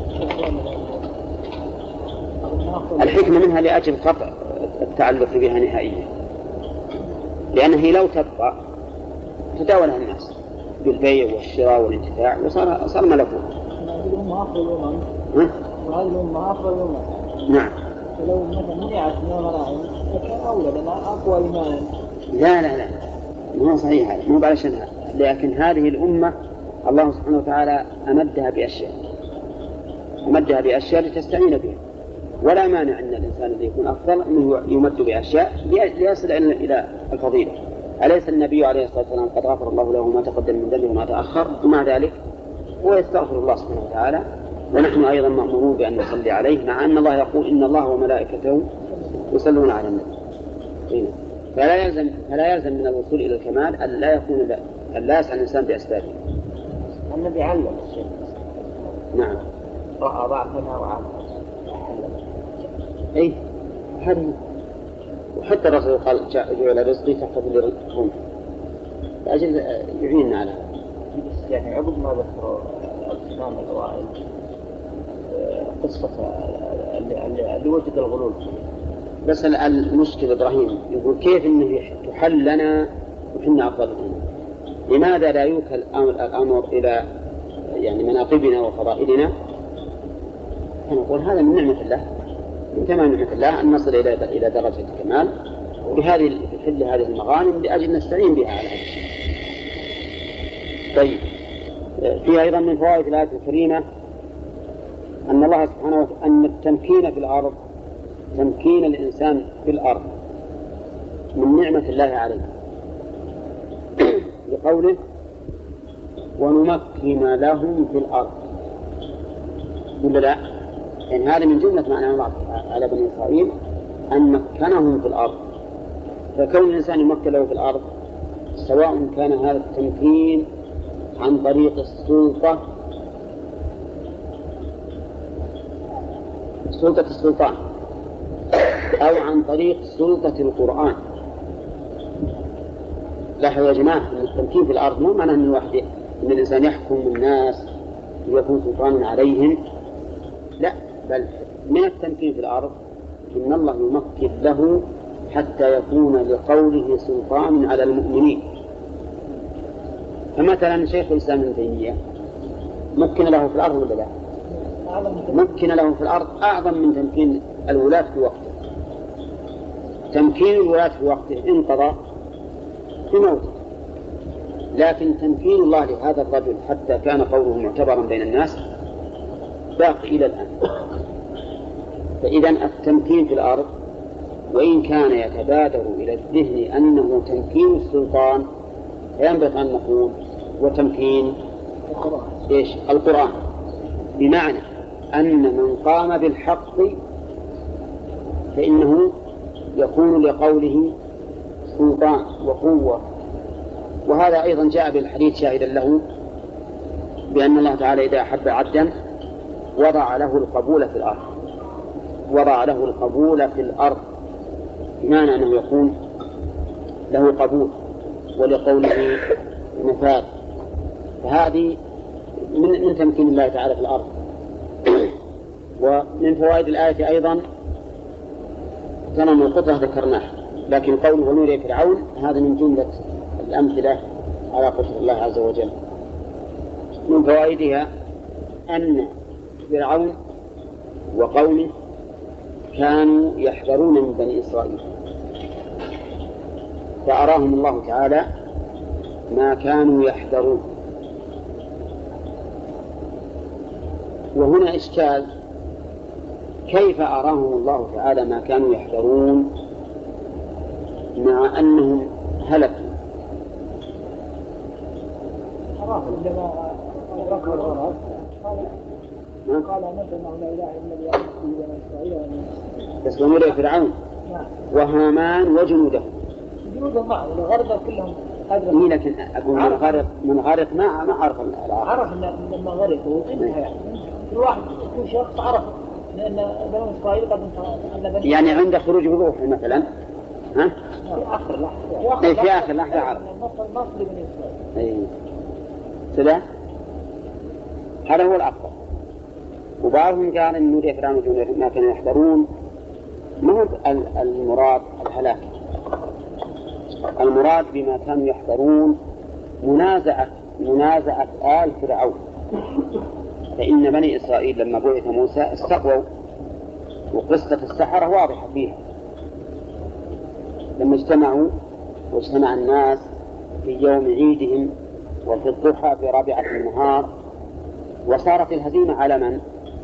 الحكمة منها لأجل قطع التعلق بها نهائيا، لأنه لو تبقى تداولها الناس بالبيع والشراء والانتفاع وصار ملكوت. وهذه الأمة أفضل الأمة. نعم. فلو مثلا منعت من الملاعب فكان أولى لأنها أقوى إيمانا. لا مو صحيح هذا، مو علشان هذا، لكن هذه الأمة الله سبحانه وتعالى أمدها بأشياء لتستعين بها، ولا مانع أن الإنسان الذي يكون أفضل أنه يمد بأشياء ليصل إلى الفضيلة. أليس النبي عليه الصلاة والسلام قد غفر الله له ما تقدم من ذنبه وما تأخر، ومع ذلك هو يستغفر الله سبحانه وتعالى، ونحن أيضا مأمورون بأن نصلي عليه، مع أن الله يقول إن الله وملائكته يصلون على النبي. فلا يلزم من الوصول إلى الكمال أن لا يسعى الإنسان بأسبابه. النبي علم الشيء. نعم. رأى ضعفنا وعافى. أي هذه. وحتى الرسول قال جعل رزقي تحت لرزقكم، لأجل يعيننا على هذا. يعني عقب ما ذكر الإمام الأوائل قصة اللي وجد الغلول. بس المشكلة إبراهيم يقول كيف إنه تحل لنا وحنا أفضل منه؟ لماذا لا يوكل الأمر إلى يعني مناقبنا وفضائلنا؟ نقول هذا من نعمة الله، من تمام نعمة الله أن نصل إلى درجة الكمال بهذه حل هذه المغانم لأجل نستعين بها على هذا الشيء. طيب، في أيضا من فوائد الآية الكريمة أن الله سبحانه وتعالى أن التمكين في الأرض، تمكين الإنسان في الأرض من نعمة الله عليه، لقوله ونمكن لهم في الأرض. ولا لا؟ يعني هذا من جملة معنى الله على بني إسرائيل أن مكنهم في الأرض. فكون الإنسان يمكن له في الأرض سواء كان هذا التمكين عن طريق سلطة السلطان أو عن طريق سلطة القرآن. لاحظوا يا جماعة أن التمكين في الأرض مو معناه أن أن الإنسان يحكم الناس ويكون سلطانا عليهم، لا، بل من التمكين في الأرض إن الله يمكن له حتى يكون لقوله سلطان على المؤمنين. فمثلا شيخ الإسلام ابن تيمية مكن له في الأرض ولا لا؟ مكن له في الأرض أعظم من تمكين الولاة في وقته. تمكين الولاة في وقته انقضى في موته، لكن تمكين الله لهذا الرجل حتى كان قوله معتبرا بين الناس باقي إلى الآن. فإذا التمكين في الأرض وإن كان يتبادر إلى الذهن أنه تمكين السلطان، فينبغي أن نقول وتمكين القرآن، بمعنى أن من قام بالحق فإنه يكون لقوله سلطان وقوة. وهذا أيضا جاء بالحديث شاهدا له بأن الله تعالى إذا أحب عبدا وضع له القبول في الأرض، بمعنى أنه يكون له قبول ولقوله نفاذ. فهذه من تمكين الله تعالى في الأرض. ومن فوائد الآية أيضا تنم القطرة ذكرناه، لكن قوله ونري فرعون هذا من جملة الأمثلة على قدرة الله عز وجل. من فوائدها أن فرعون وقومه كانوا يحذرون من بني إسرائيل، فأراهم الله تعالى ما كانوا يحذرون. وهنا إشكال، كيف أراهم الله تعالى ما كانوا يحذرون مع أنهم هلكوا؟ عندما أدركوا الغرض قال نبأ أنه لا إله إلا الذي أمرت به بني إسرائيل. بس ونري فرعون وهامان وجنوده معه الغرض كلهم أدركوا. لكن أقول من غرق ما عرف عرف لما غرقوا انتهى، يعني كل واحد كل شخص عرف لأن بني إسرائيل قد انتهى. يعني عند خروج وضوح مثلا ها؟ في آخر لحظة عرف النص لبني إسرائيل. سلام، هذا هو الأفضل. وبعضهم قال إن نري فرعون وجنوده ما كانوا يحذرون، ما هو المراد الهلاك، المراد بما كانوا يحذرون منازعة آل فرعون. فإن بني إسرائيل لما بعث موسى استقووا، وقصة السحرة واضحة فيها، لما اجتمعوا واجتمع الناس في يوم عيدهم وفي الضحى في رابعة النهار، وصارت الهزيمة على من؟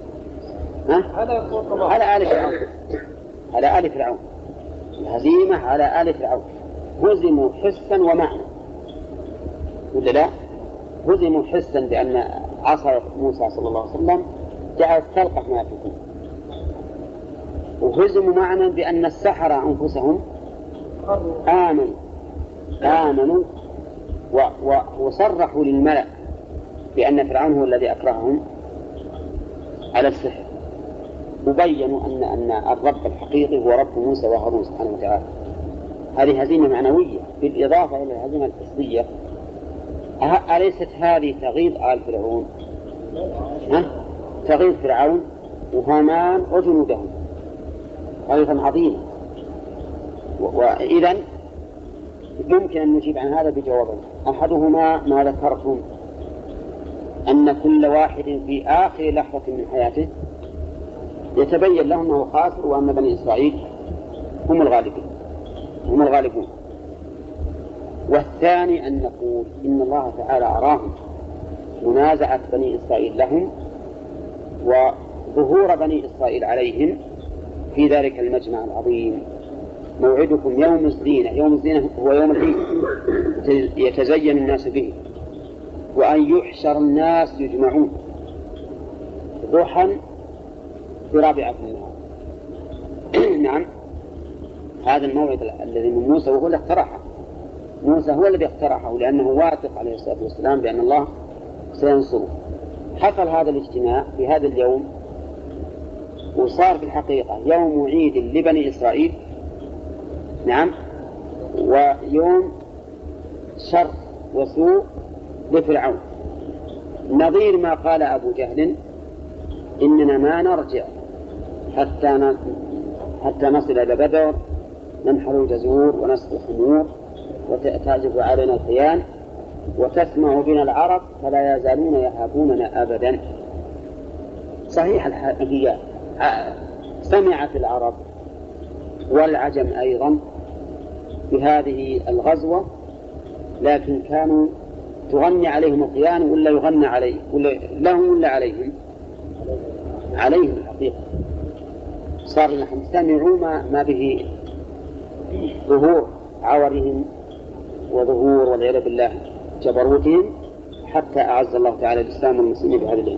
على آل فرعون. على آل فرعون، الهزيمة على آل فرعون. هزموا حسا ومعنى، ولا لا؟ هزموا حسا بأن عصا موسى صلى الله عليه وسلم جعلت تلقف ما يفكون، وهزموا معنى بأن السحرة أنفسهم آمنوا وصرحوا للملأ بأن فرعون هو الذي أكرههم على السحر، وبينوا أن الرب الحقيقي هو رب موسى وهارون سبحانه وتعالى. هذه هزيمة معنوية بالإضافة إلى الهزيمة الحسية. أليست هذه تغيظ آل فرعون؟ تغيظ فرعون وهامان وجنودهم غيظا عظيما. وإذن يمكن أن نجيب عن هذا بجوابين. أحدهما ما ذكرتم، أن كل واحد في آخر لحظة من حياته يتبين له أنه خاسر وأن بني إسرائيل هم الغالبون. والثاني أن نقول إن الله تعالى أراهم منازعة بني إسرائيل لهم وظهور بني إسرائيل عليهم في ذلك المجمع العظيم. موعدكم يوم الزينة، يوم الزينة هو يوم العيد يتزين الناس به، وأن يحشر الناس يجمعون ضحى في رابعة النهار. نعم، هذا الموعد الذي من موسى وهو اللي اقترحه. موسى هو الذي اقترحه لأنه واثق عليه الصلاة والسلام بأن الله سينصره. حصل هذا الاجتماع في هذا اليوم، وصار في الحقيقة يوم عيد لبني إسرائيل، نعم، ويوم شر وسوء لفرعون، نظير ما قال أبو جهل إننا ما نرجع حتى نصل إلى بدر ننحر الجزور ونسق الخمور وتعزف علينا الخيان وتسمع بنا العرب فلا يزالون يهابوننا أبدا. صحيح هي سمعت العرب والعجم أيضا بهذه الغزوة، لكن كانوا تغني عليهم الخيان ولا يغنى عليه لهم ولا عليهم الحقيقة. صار نحن سمعوا ما به ظهور عورهم وظهور والعياذ بالله جبروتهم، حتى أعز الله تعالى الإسلام والمسلمين بهذا الدين.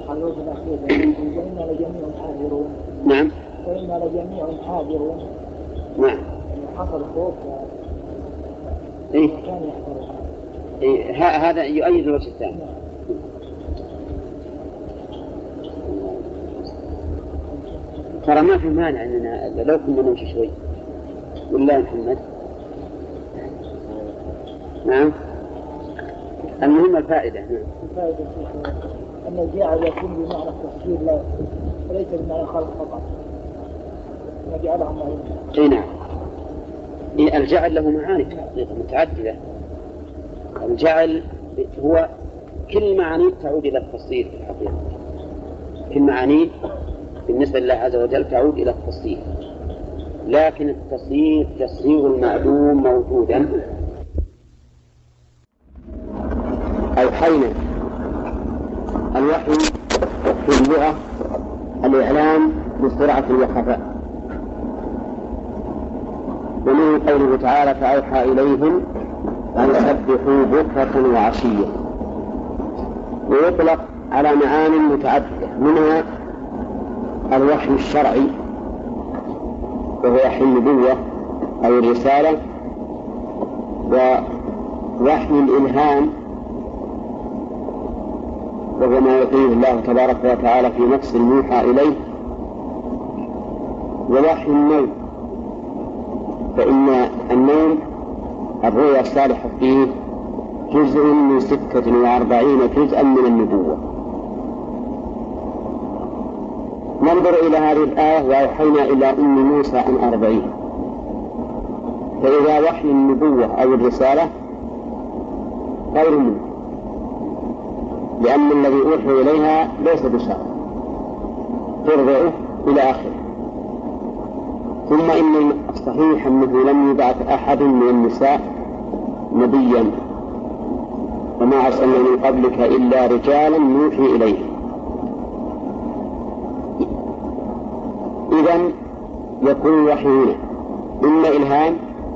نعم، وإنا لجميع حاضرون. نعم، حصل خوف إيه؟ كان يحضرون. هذا يؤيد الوجه الثاني. ترى ما في مانع أننا لو كنا نمشي شوي والله محمد. نعم، المهم الفائدة. الفائدة أن الجاء يكون بمعنى التفسير لا وليس بمعنى خلق فقط نجعلهم معين. اي نعم. الجعل له معاني في الحقيقة متعددة. الجعل هو كل معاني تعود إلى التصدير في الحقيقة. كل معاني بالنسبة لله عز وجل تعود إلى التصدير، لكن التصدير تصدير المعلوم موجودا. أوحينا الوحي في اللغة الإعلام بسرعة وخفاء، ومن قوله تعالى فأوحى إليهم أن يسبحوا بكرة وعشية، ويطلق على معاني متعددة، منها الوحي الشرعي وهو وحي النبوة أو الرسالة، ووحي الإلهام وهو ما يعطيه الله تبارك وتعالى في نفس الموحى إليه، ووحي النوم، فإن النوم الرؤيا الصالحة فيه جزء من 46 جزءا من النبوة. ننظر إلى هذه الآية وأوحينا إلى أم موسى أن أرضعيه، فإذا وحي النبوة أو الرسالة غير منه، لأن الذي أوحي إليها ليس بشرع ترضعه إلى آخره. ثم إن الصحيح أنه لم يبعث أحد من النساء نبيا، وما أرسلنا من قبلك إلا رجالا نوحي إليه. إذن يكون الوحي هنا إما إلهام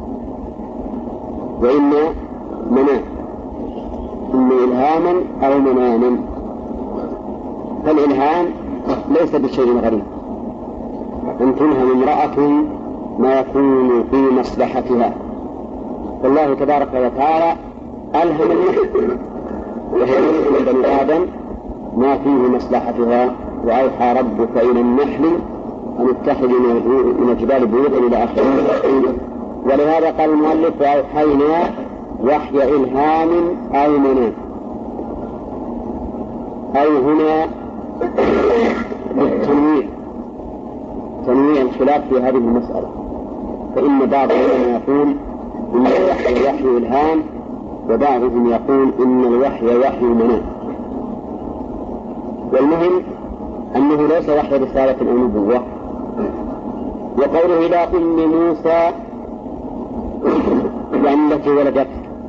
وإما منام، إما إلهاما أو مناما. فالإلهام ليس بشيء غريب، أن تلهم امرأة ما يكون في مصلحتها، والله تبارك وتعالى ألهم النحل وهي من بني آدم ما فيه مصلحتها، وأوحى ربك إلى النحل أن اتخذوا من الجبال بيوتا إلى آخره. ولهذا قال المؤلف وأوحينا وحي إلهام أو منام، أو هنا بالتنويع، تنويع الخلاف في هذه المسألة، فإن بعضهم يقول إن الوحي وحي إلهام، وبعضهم يقول إن الوحي وحي منام. والمهم أنه ليس وحي رسالة أو نبوة. وقوله إلى أم موسى يعني التي ولدت،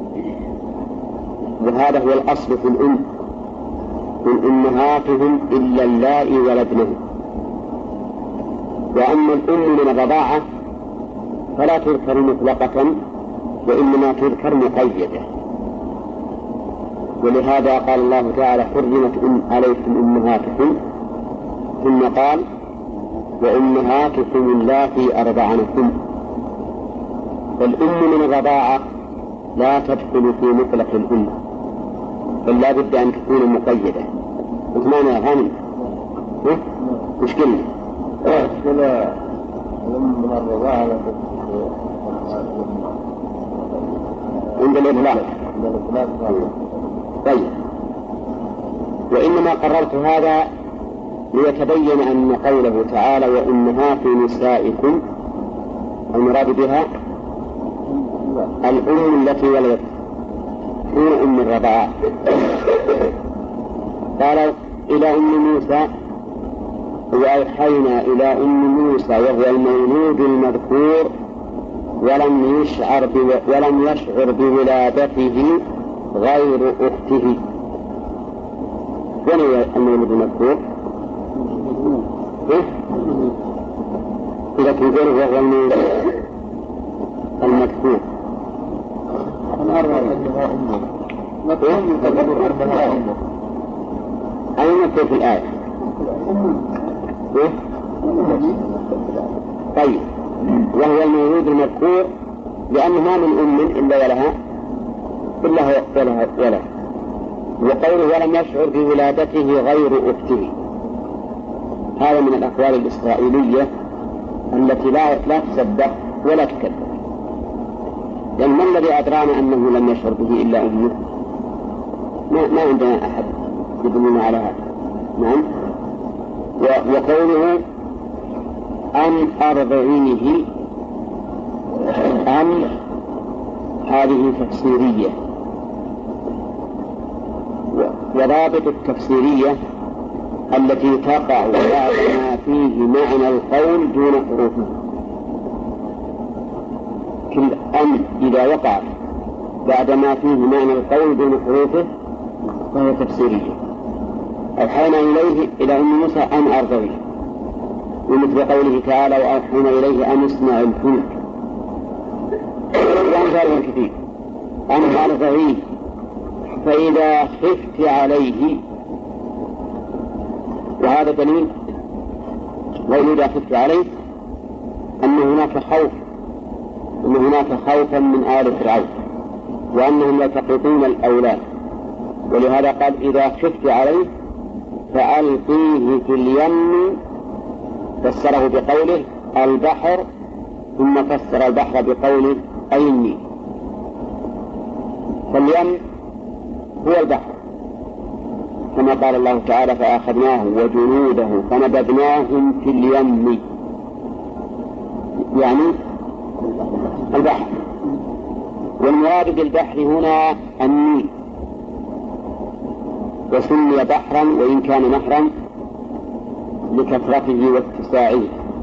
وهذا هو الأصل في الأم، من أمهاتهم إلا اللائي ولدنهم. وأما الأم من الرضاعة فلا تذكر مطلقة، وإنما تذكر مقيدة، ولهذا قال الله تعالى حرمت عليكم أمهاتكم، ثم قال وأمهاتكم اللاتي أرضعنكم. فالأم من الرضاعة لا تدخل في مطلق الأم، بل لا بد أن تكون مقيدة. وش معنى يا غانم؟ وش قلنا؟ الأم من الرضاعة عند الإطلاق. طيب، وإنما قررت هذا ليتبين أن قوله تعالى وأمهات نسائكم المراد بها الأم التي ولدت دون أم الرضاعة. قال إلى أم موسى وأوحينا إلى أم موسى وهو المولود المذكور ولم يشعر بولادته غير أخته. وين المولود المذكور؟ إذا كنت وهو المولود المذكور أين مكتوب في الآية؟ طيب، وهو المولود المذكور لأنه ما من أم إلا ولها وله. وقوله ولم يشعر بولادته غير أخته، هذا من الأقوال الإسرائيلية التي لا تصدق ولا تكذب، لأن ما الذي أدرانا أنه لم يشعر به إلا أمه؟ ما عندنا أحد يدلنا على هذا. نعم. وقوله أن أرضعينه، أن هذه تفسيرية، وضابط التفسيرية التي تقع بعد ما فيه معنى القول دون حروفه. كل أن إذا وقعت بعد ما فيه معنى القول دون حروفه فهي تفسيرية. أوحينا إليه إلى أم موسى أن أرضعيه، ومثل قوله تعالى وأوحينا إليه أن اصنع الفلك، وأمثال كثير. أن أرضعيه فإذا خفت عليه، وهذا دليل وإذا خفت عليه أن هناك خوف، أن هناك خوفا من آل فرعون وأنهم يلتقطون الأولاد، ولهذا قال إذا خفت عليه فألقيه في اليم، فسره بقوله البحر، ثم فسر البحر بقوله أي النيل. فاليم هو البحر، كما قال الله تعالى فأخذناه وجنوده فنبذناهم في اليم، يعني البحر. والمراد بالبحر هنا النيل، وسمي بحرا وإن كان نهرا لكثرته واتساعه.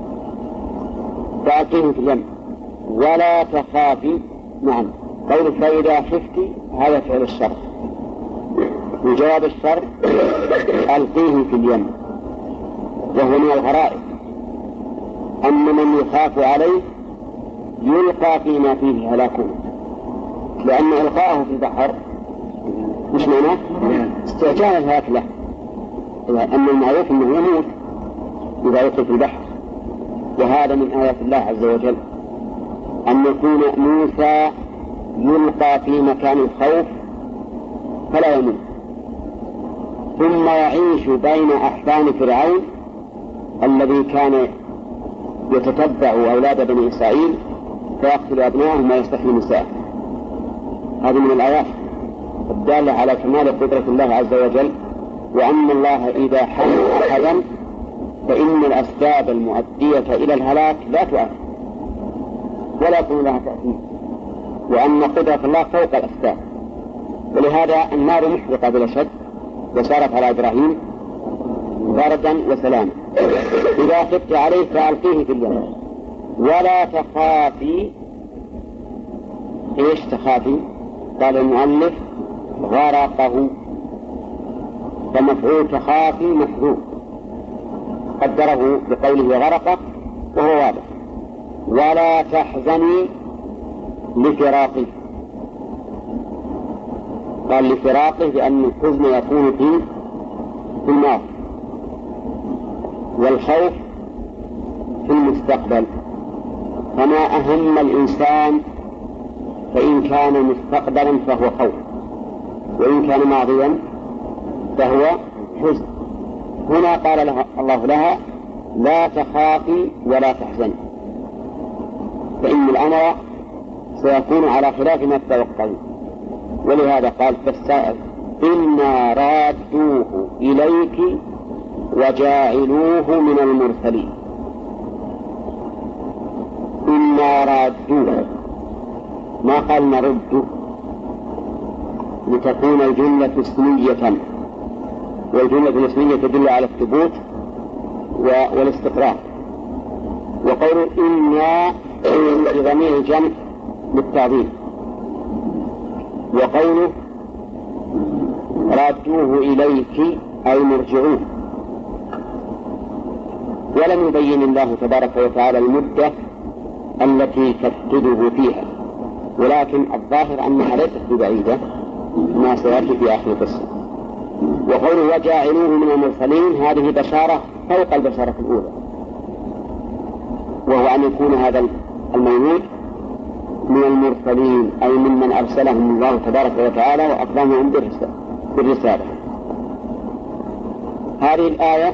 فألقيه في اليم ولا تخافي. نعم، قول فإذا خفت هذا فعل الشر، وجواب الشر ألقيه في اليم. وهو من الغرائب أن من يخاف عليه يلقى فيما فيه هلاكه، لأن إلقاءه في البحر مش معناه استعجال الهلاك له، أن المعروف أنه يموت إذا يلقي في البحر. وهذا من آيات الله عز وجل أن يكون موسى يلقى في مكان الخوف فلا يموت، ثم يعيش بين أحفان فرعون الذي كان يتتبع أولاد بني إسرائيل فيقتل أبنائهم ويستحيي نساءهم. هذه من الآيات الدالة على كمال قدرة الله عز وجل، وأن الله إذا حمل أحدا فإن الأسباب المؤدية إلى الهلاك لا تؤثر ولا يكون لها تأثير، وأن قدرة الله فوق الأسباب. ولهذا النار محرقة بلا شك، وسارت على إبراهيم بردا وسلاما. إذا خفت عليه فألقيه في اليم ولا تخافي. إيش تخافي؟ قال المؤلف غرقه، فمفعول تخافي محذوف، قدره بقوله غرقه وهو واضح. ولا تحزني لفراقه، قال لفراقه لأن الحزن يكون في الماضي والخوف في المستقبل. فما أهم الإنسان فإن كان مستقبلا فهو خوف، وإن كان ماضيا فهو حزن. هنا قال الله لها لا تخافي ولا تحزني، فإن الأمر سيكون على خلاف ما تتوقعون. ولهذا قال إنا رادوه إليك وجاعلوه من المرسلين. إنا رادوه، ما قال نرده، لتكون الجملة اسمية، والجملة الاسمية تدل على الثبوت والاستقرار. وقول إنا بضمير الجمع للتعظيم، وقوله رادوه إليك أي مرجعوه. ولم يبين الله تبارك وتعالى المدة التي تفقده فيها، ولكن الظاهر أنها ليست ببعيدة ما سيأتي في آخر القصة. وقوله وجاعلوه من المرسلين هذه بشارة فوق البشارة الأولى، وهو أن يكون هذا المولود من المرسلين أي ممن أرسلهم الله تبارك وتعالى وأقدمهم بالرسالة. هذه الآية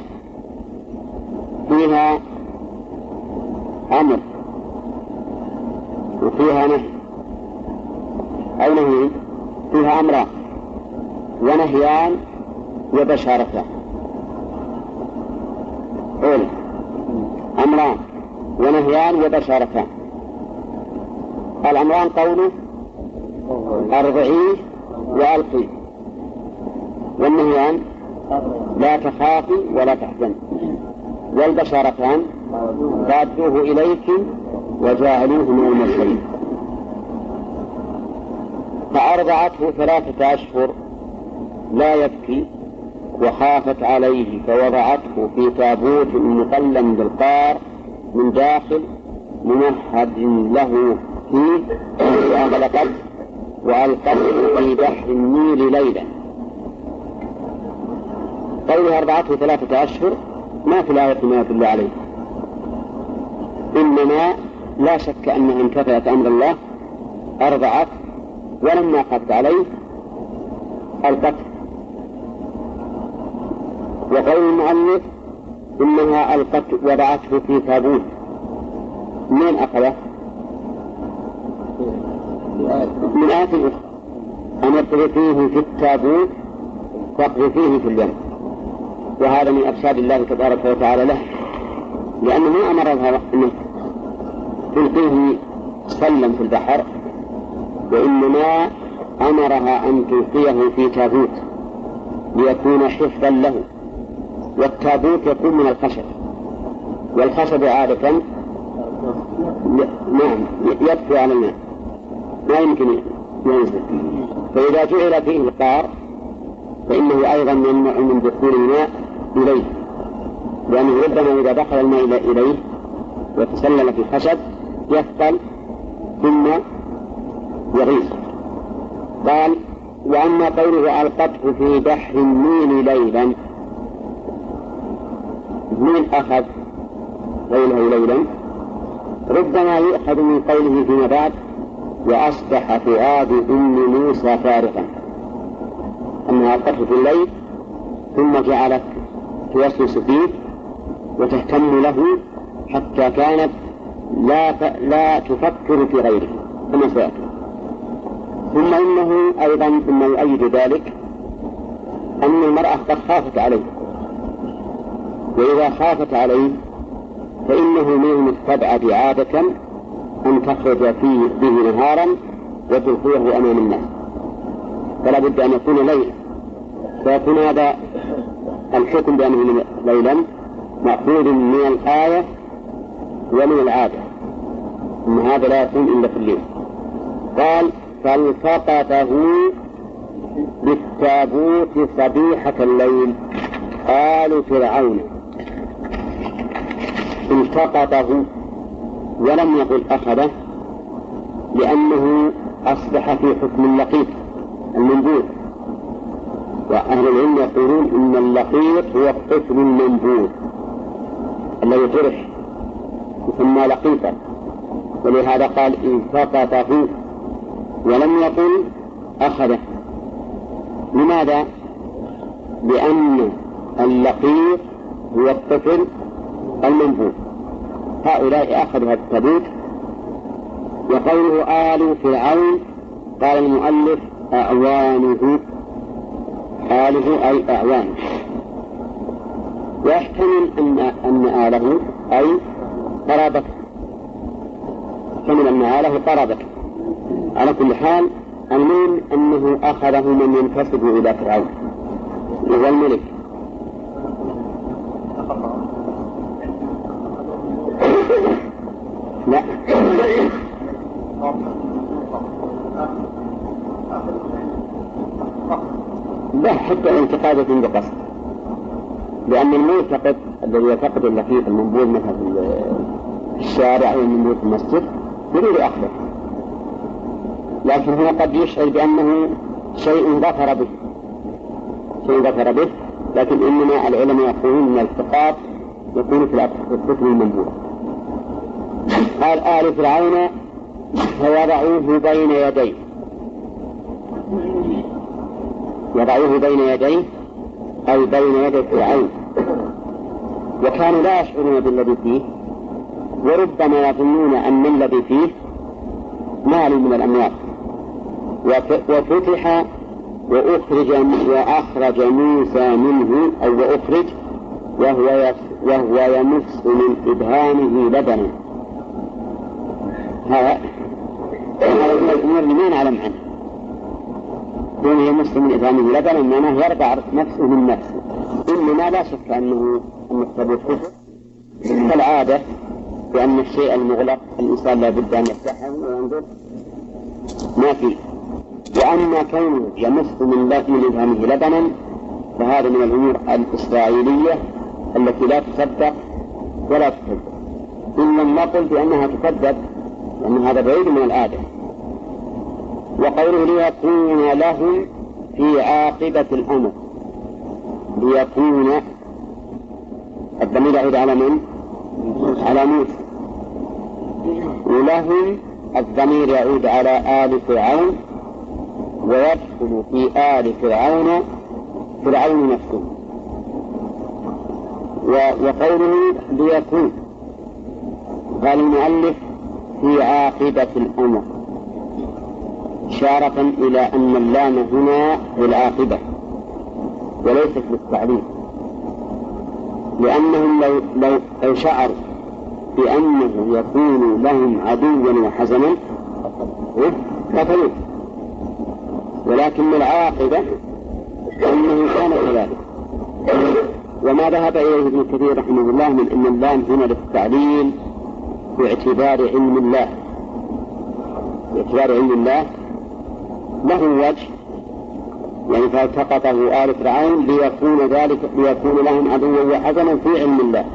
فيها أمر وفيها نهي، أو نهي، فيها أمران ونهيان وبشارتان. قول أمران ونهيان وبشارتان. الأمران قوله أرضعيه وألقيه، والنهيان لا تخافي ولا تحزني، والبشارتان رادوه إليك وجاعلوه من المرسلين. فأرضعته 3 أشهر لا يبكي، وخافت عليه فوضعته في تابوت مقلم بالقار من داخل ممهد له فيه، وأغلقته وألقته في بحر النيل ليلا. قوله أرضعته 3 أشهر ما في الآية ما يدل عليه، إنما لا شك أنها انتفعت أمر الله أرضعت، ولما خافت عليه ألقته. وقول المؤلف إنها ألقت وضعته في تابوت، من أخذه؟ من آية أخرى، أن اقذفيه في التابوت واقذفيه في اليم، وهذا من أرشاد الله تبارك وتعالى له، لأنه ما أمرها أن تلقيه سلم في البحر، وإنما أمرها أن تلقيه في تابوت ليكون حفظا له. والتابوت يكون من الخشب، والخشب عادة نعم يكفي على الماء، ما يمكن ينزل، فإذا جعل فيه القار فإنه أيضا يمنع من دخول الماء إليه، لأنه ربما إذا دخل الماء إليه وتسلل في الخشب يثقل ثم يغيظ. قال وأما قوله ألقته في بحر النيل ليلا، من أخذ قوله ليلا؟ ربما يؤخذ من قوله فيما بعد وأصبح فؤاد أم موسى فارغا، أنها ألقته في الليل ثم جعلت توسوس فيه وتهتم له حتى كانت لا تفكر في غيره كما سيأتي. ثم إنه أيضا مما يؤيد ذلك أن المرأة قد خافت عليه، وإذا خافت عليه فإنه من المستبعد عادة أن تخرج به نهارا وتلقيه أمام الناس، فلا بد أن يكون ليلا، فيكون هذا الحكم بأنه ليلا مأخوذ من الآية ومن العادة، أن هذا لا يكون إلا في الليل. قال فالتقطه بالتابوت صبيحة الليل آل فرعون. التقطه ولم يقل أخذه، لأنه أصبح في حكم اللقيط المنبوذ، وأهل العلم يقولون إن اللقيط هو الطفل المنبوذ الذي طرح يسمى لقيطا، ولهذا قال التقطه ولم يقل أخذه. لماذا؟ لأن اللقيط هو الطفل المنبوذ، هؤلاء أخذوا التابوت. وقوله آل فرعون قال المؤلف أعوانه، آله أي أعوانه، ويحتمل أن آله أي قرابته، يحتمل أن آله قرابته. على كل حال المهم أنه أخذه من ينتسب إلى فرعون وهو الملك. لا لا حتى انتقادة بقصد، لأن المعتقد الذي يعتقد اللقيط المنبوذ مثلا في الشارع أو المنبوذ في المسجد يريد أخذه، لكن هو قد يشعر بأنه شيء ظفر به، لكن إنما العلماء يقولون أن الالتقاط يكون في الطفل المنبوذ. قال آل فرعون فوضعوه بين يديه، وضعوه بين يديه أي بين يدي فرعون، وكانوا لا يشعرون بالذي فيه، وربما يظنون أن الذي فيه مال من الأموال. وفتح وأخرج موسى منه، أو وأخرج وهو يمص من إبهامه لبنا. هذا من الأمور اللي ما نعلم عنه. كون يمص من إبهامه لبنا معناه يرضع نفسه من نفسه، إنما لا شك أنه الثبوت كفر كالعادة، بأن الشيء المغلق الإنسان لا بد أن يفتحه وينظر ما فيه. وأما كونه يمص من إبهامه لبنا فهذا من الأمور الإسرائيلية التي لا تصدق ولا تكذب، إن لم نقل بأنها تكذب لأن هذا بعيد من العادة. وقوله ليكون لهم في عاقبة الأمر، ليكون الضمير يعود على من؟ على موسى، ولهم الضمير يعود على آل فرعون، ويدخل في آل فرعون نفسه. وقوله ليكون قال المؤلف في عاقبة الأمر إشارة إلى أن اللام هنا للعاقبة وليست للتعليم، لأنهم لو شعروا بأنه يكون لهم عدوا وحزنا قتلوه، ولكن العاقبة أنه كان كذلك. وما ذهب إليه ابن كثير رحمه الله من أن اللام هنا للتعليل باعتبار علم الله، باعتبار علم الله له وجه، يعني فالتقطه آل فرعون ليكون لهم عدوا وحزنا في علم الله،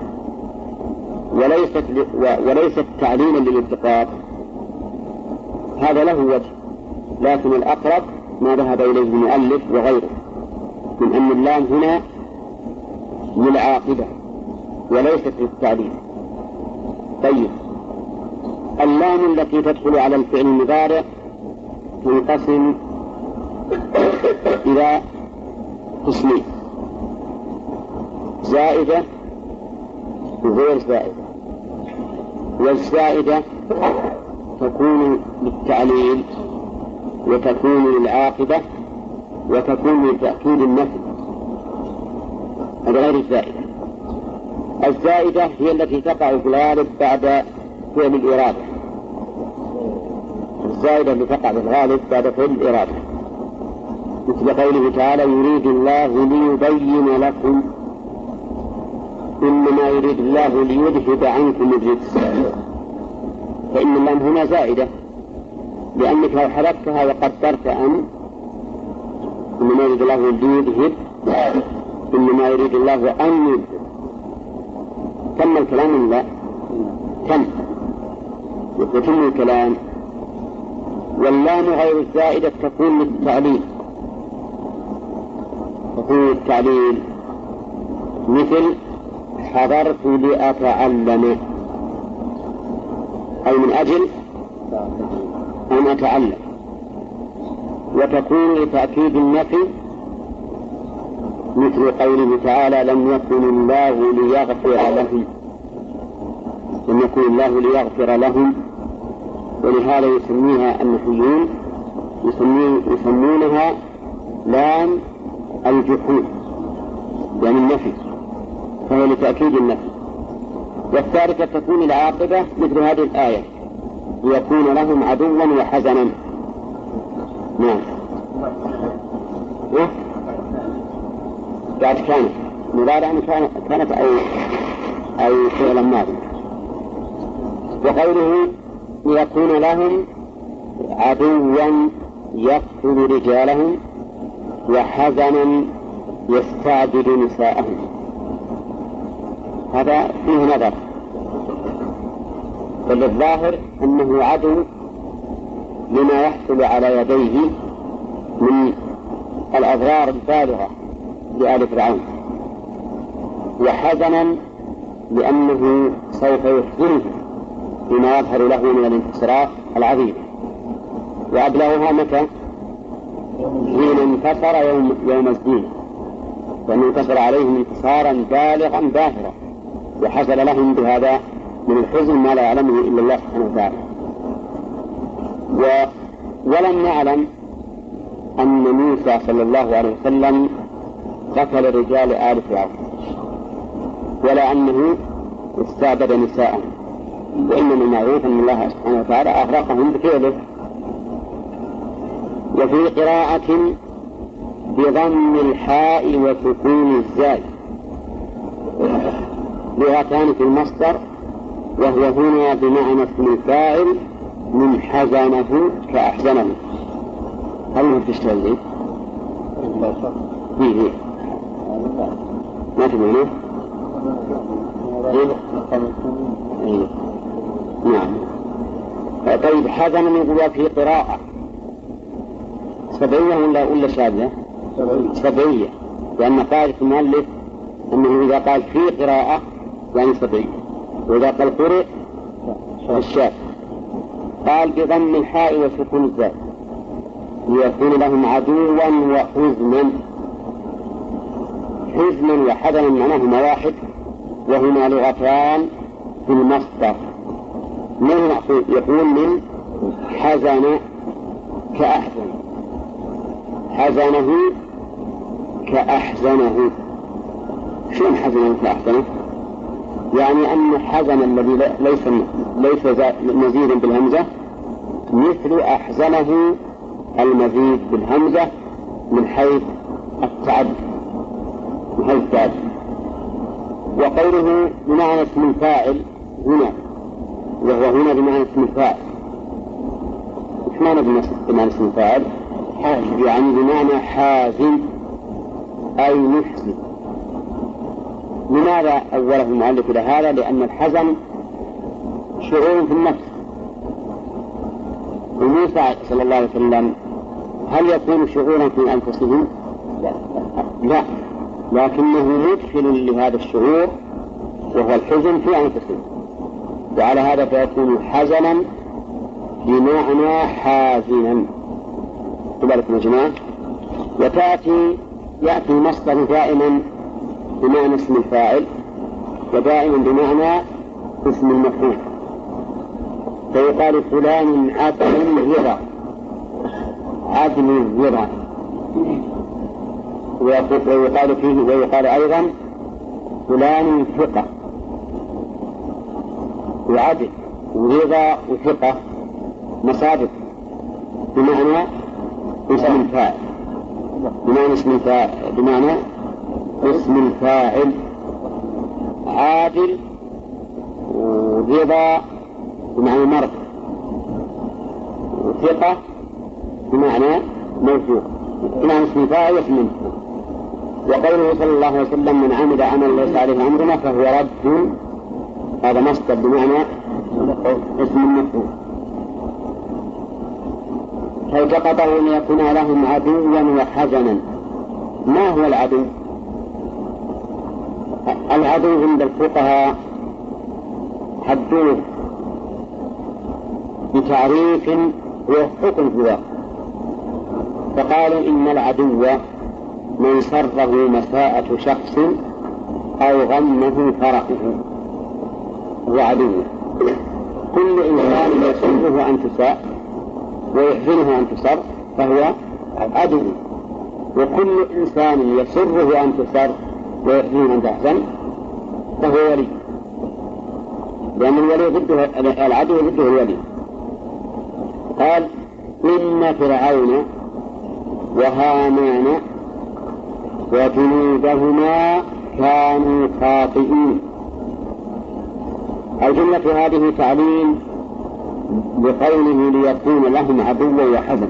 وليست تعليلا للالتقاط، هذا له وجه. لكن الأقرب ما ذهب إليه المؤلف وغيره من أن اللام هنا للعاقبة وليست للتعليل. طيب، اللام التي تدخل على الفعل المضارع تنقسم إلى قسمين: زائدة وغير زائدة. والزائدة تكون للتعليل وتكون للعاقبة وتكون لتأكيد النفي، هذا غير الزائدة. الزائدة هي التي تقع في الغالب بعد فعل الإرادة، الزائدة التي تقع في الغالب بعد فعل الإرادة، مثل قوله تعالى: يريد الله ليبين لكم، إنما يريد الله ليذهب عنكم الرجس، فإن اللام هنا زائدة، لأنك لو حذفتها وقدرت أن إنما يريد الله ليذهب، إنما يريد الله أن يذهب، تم الكلام لا تم وتم الكلام. واللام غير الزائدة تكون للتعليل، مثل حضرت لأتعلم، أي من أجل أن أتعلم. وتكون لتأكيد النفي، مثل قوله تعالى: لم يكن الله ليغفر لهم. ولهذا يسميها النحويون يسمونها لام الجحود، يعني النفي، فهي لتأكيد النفي. والثالثة تكون العاقبة، مثل هذه الآية: ليكون لهم عدوا وحزنا. نعم، بعد كانت مضارعا كانت أي فعلا ماضي. وقوله ليكون لهم عدوا يقتل رجالهم وحزنا يستعبد نساءهم، هذا فيه نظر، بل الظاهر أنه عدو لما يحصل على يديه من الأضرار البالغة لآل فرعون، وحزنا لأنه سوف يحزنه بما يظهر له من الانتصارات العظيمة. وأبلغها متى؟ حين انتصر يوم الدين، فإنه انتصر عليهم انتصارا بالغا باهرا، وحصل لهم بهذا من الحزن ما لا يعلمه إلا الله سبحانه وتعالى. ولم نعلم أن موسى صلى الله عليه وسلم قتل رجال آل فرعون، ولا أنه استعبد نساءهم، وإنما المعروف أن الله سبحانه وتعالى أغرقهم بفعله. وفي قراءة بضم الحاء وسكون الزاي لغتان في المصدر، وهو هنا بمعنى اسم الفاعل من حزنه كأحزنه. هل ما تشتغل ذي؟ فيه ما تبونه؟ نعم. طيب حزنا يقول في قراءة سبعية ولا شاذة؟ سبعية، لأن قاعدة المؤلف أنه إذا قال في قراءة يعني سبعية، وإذا قال قرئ الشاذ. قال بضم الحاء وسكون الزاي ليكون لهم عدوا وحزنا. حزنا وحزنا معناهما واحد، وهما لغتان في المصدر. من يقول من حزن كأحزن، حزنه كأحزنه. شلون حزنه كأحزنه؟ يعني أن حزن الذي ليس مزيدا بالهمزة مثل أحزنه المزيد بالهمزة من حيث التعدد. وقوله بمعنى اسم الفاعل هنا، وهو هنا بمعنى اسم الفاعل. ايش معنى بمعنى اسم الفاعل؟ يعني بمعنى حازم أي محزن. لماذا أوله المؤلف إلى هذا؟ لأن الحزن شعور في النفس. وموسى صلى الله عليه وسلم هل يكون شعورا في أنفسهم؟ لا، لكنه مدخل لهذا الشعور وهو الحزن في أنفسهم، وعلى هذا فيكون حزنا بمعنى حازنا. تبارك يا جماعة. يأتي مصدر دائما بمعنى اسم الفاعل ودائما بمعنى اسم المفعول، فيقال فلان عدل الرضا، عدل الرضا. ويقال فيه ويقال أيضا فلان ثقة، وعدل ورضا وثقة مصادر بمعنى اسم الفاعل، بمعنى اسم الفاعل، بمعنى اسم الفاعل. عادل ورضا بمعنى مرض، وثقة بمعنى موثوق، بمعنى اسم الفاعل واسم المفعول. وقوله صلى الله عليه وسلم من عمل عملا ليس عليه أمرنا فهو رد، هذا مصدر بمعنى اسم المفعول. فالتقطه ليكون لهم عدوا وحزنا. ما هو العدو؟ العدو عند الفقهاء حدوه بتعريف يوفق الجواب، فقالوا إن العدو من سره مساءة شخص أو غمه فرحه هو عدو. كل إنسان يسره أن تساء ويحزنه أن تسر فهو عدو، وكل إنسان يسره أن تسر ويحزنه أن تحزن فهو ولي، لأن الولي ضده العدو ضده الولي. قال إن فرعون وهامان وجنودهما كانوا خاطئين. الجملة هذه تعليل بقوله ليكون لهم عدوا وحزن،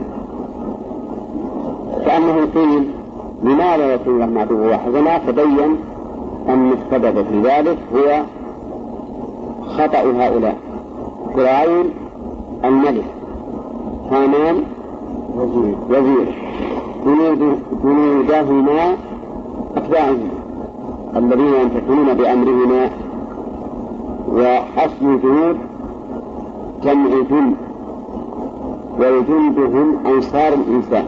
كأنه قيل لماذا يكون لهم عدوا وحزنا، فبين أن السبب في ذلك هو خطأ هؤلاء: فرعون الملك، هامان وزير، جنودهما أتباعهم الذين ينتقلون بأمرهما. وأصل الجنود جمع جند، والجند هم أنصار الإنسان.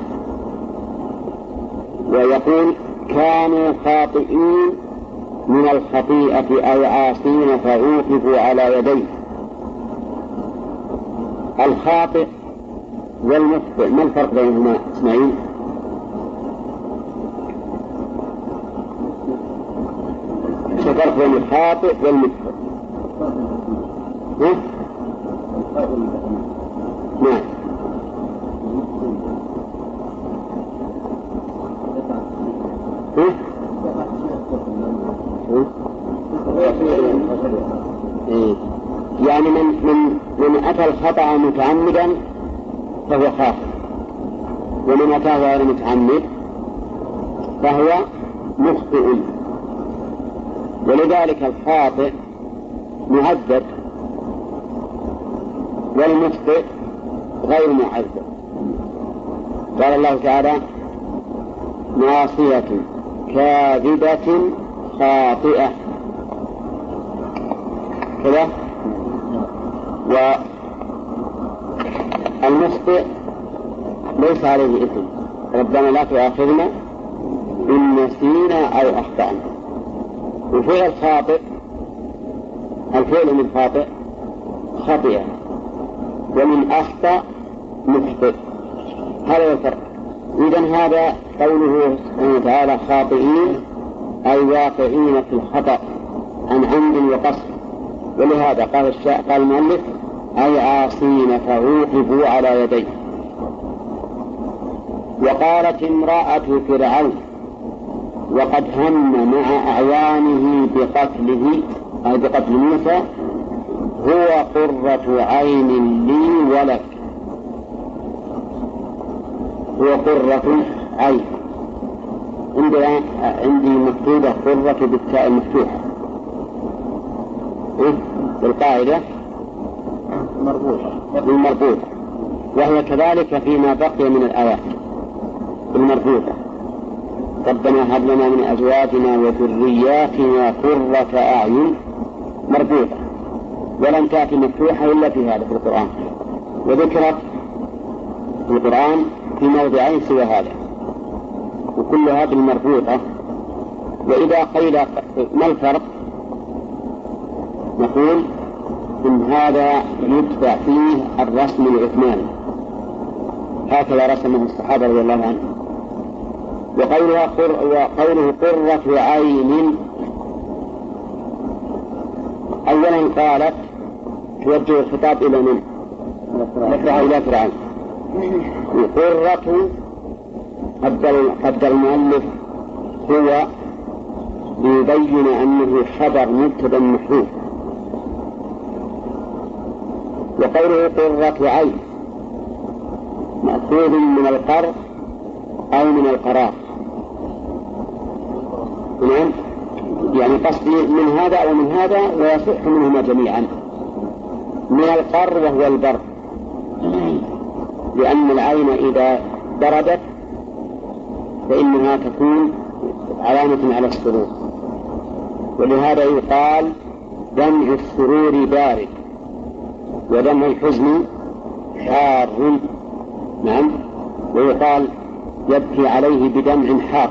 ويقول كانوا خاطئين من الخطيئة أو عاصين فعوقبوا على يديه. الخاطئ والمخطئ ما الفرق بينهما اسماعيل؟ الفرق بين الخاطئ والمخطئ. نعم. يعني من أتى الخطأ متعمدا فهو خاطئ، ومن أتاه غير متعمد فهو مخطئ. ولذلك الخاطئ معذب والمخطئ غير معذب. قال الله تعالى: ناصية كاذبة خاطئة كذا. والمخطئ ليس عليه إثم، ربنا لا تؤاخذنا إن نسينا أو أخطأنا. وفعل الخاطئ الفعل من خاطئ خطئ، ومن أخطأ مخطئ. هذا الفرق. إذن هذا قوله سبحانه وتعالى خاطئين أي واقعين في الخطأ عن عمد وقصد. ولهذا قال المؤلف: أي عاصين فعوقبوا على يديه. وقالت امرأة فرعون وقد هم مع أعوانه بقتله أي بقتل موسى: هو قرة عين لي ولك. هو قرة عين. عندي مكتوبة قرة بالتاء المفتوحة بالقاعدة المربوطة، وهي كذلك فيما بقي من الآيات المربوطة: ربنا هب لنا من أزواجنا وذرياتنا قرة أعين. مربوطة ولم تأتي مفتوحة إلا في هذا في القرآن، وذكرت في القرآن في موضعين سوى هذا، وكل هذه المربوطة. وإذا قيل ما الفرق؟ نقول إن هذا يتبع فيه الرسم العثماني، هكذا رسمه الصحابة رضي الله عنهم. وقوله قرة عين، أولا قالت توجه الخطاب إلى من؟ إلى فرعون. قرة قدر المؤلف هو ليبين أنه خبر مبتدأ محذوف. وقوله قرة عين مأخوذ من القر أو من القرار. نعم، يعني قصدي من هذا أو من هذا، ويصح منهما جميعا. من القر وهو البر، لأن العين إذا بردت فإنها تكون علامة على السرور، ولهذا يقال دمع السرور بارد ودمع الحزن حار. نعم، ويقال يبكي عليه بدمع حار،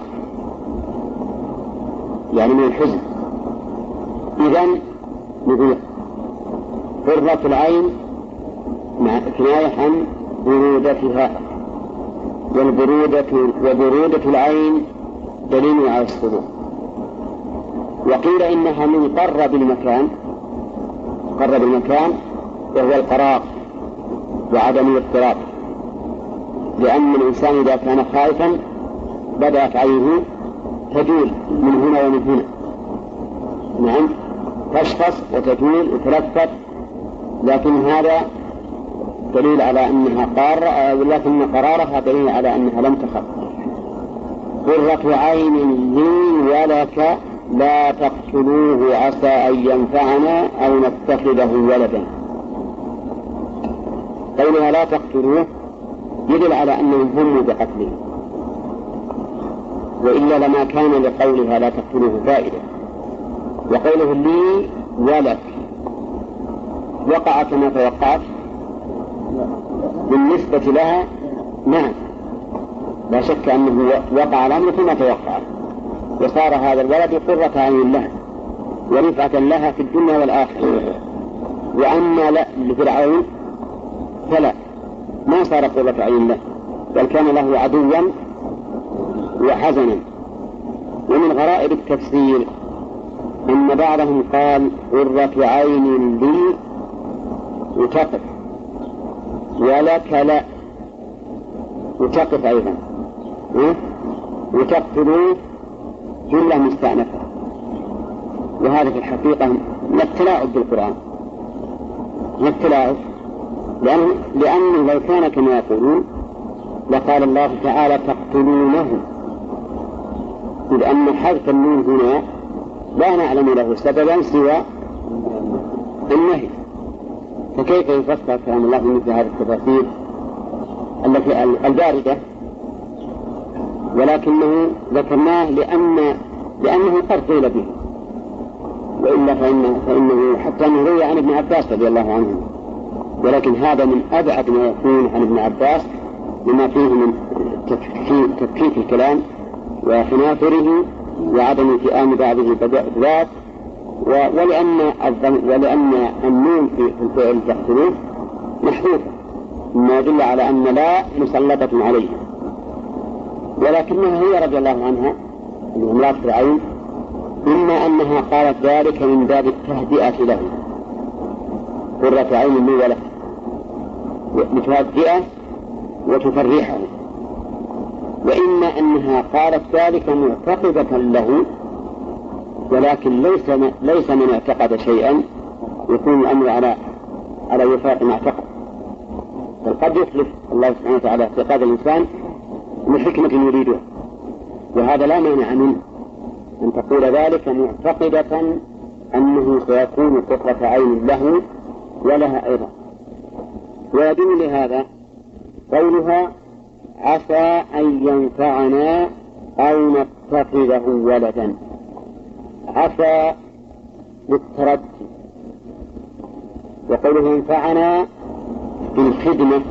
يعني من الحزن. إذن نقول قرة العين مع كناية عن برودتها، وبرودة العين دليل على السرور. وقيل إنها من قرب المكان وهو القرار وعدم الاضطراب، لأن الإنسان إذا كان خائفا بدأت عينه تجول من هنا ومن هنا. نعم، تشخص وتجول وتلفت، لكن هذا دليل على أنها قارة، ولكن قرارها دليل على أنها لم تخف. قرة عين لي ولك لا تقتلوه عسى أن ينفعنا أو نتخذه ولدا. قولها لا تقتلوه يدل على أنهم هموا بقتله، وإلا لما كان لقولها لا تقتلوه فائدة. وقوله لي ولك وقع كما توقعت بالنسبة لها. نعم، لا شك أنه وقع الأمر كما توقعت، وصار هذا الولد قرة عين لها ورفعة لها في الدنيا والآخرة. وأما لفرعون فلا، ما صار قرة عين له، بل كان له عدوا وحزنا. ومن غرائب التفسير أن بعضهم قال قرة عين لي وتقف، ولك لا وتقف أيضا، وتقتلوا جملة مستأنفة. وهذا في الحقيقة من التلاعب بالقرآن، من التلاعب، لأنه لو كان كما يقولون لقال الله تعالى تقتلونه، لأن حذف النون هنا لا نعلم له سببا سوى النهي، فكيف يفسر كلام الله مثل هذه التفاسير التي الباردة؟ ولكنه ذكرناه لأنه قد قيل به، وإلا فإنه حتى روي عن ابن عباس رضي الله عنه، ولكن هذا من أبعد ما يكون عن ابن عباس لما فيه من تفكيك الكلام وخناثره وعدم التئام بعضه بذات، ولأن النون في الفعل تحصله محذوفة مما يدل على أن لا مسلطة عليه. ولكنها هي رضي الله عنها امرأة فرعون إما أنها قالت ذلك من باب التهدئة له، قرة عين لي ولك، لتهدئه وتفرحه، وإما أنها قالت ذلك معتقدة له، ولكن ليس من اعتقد شيئا يكون الأمر على وفاق ما اعتقد، بل قد يخلف الله سبحانه وتعالى اعتقاد الإنسان من حكمة يريدها، وهذا لا مانع منه أن تقول ذلك معتقدة أنه سيكون قرة عين له ولها أيضا. ويدل لهذا قولها عسى أن ينفعنا أو نتخذه ولدا، عسى للتردي، وقوله ينفعنا بالخدمة،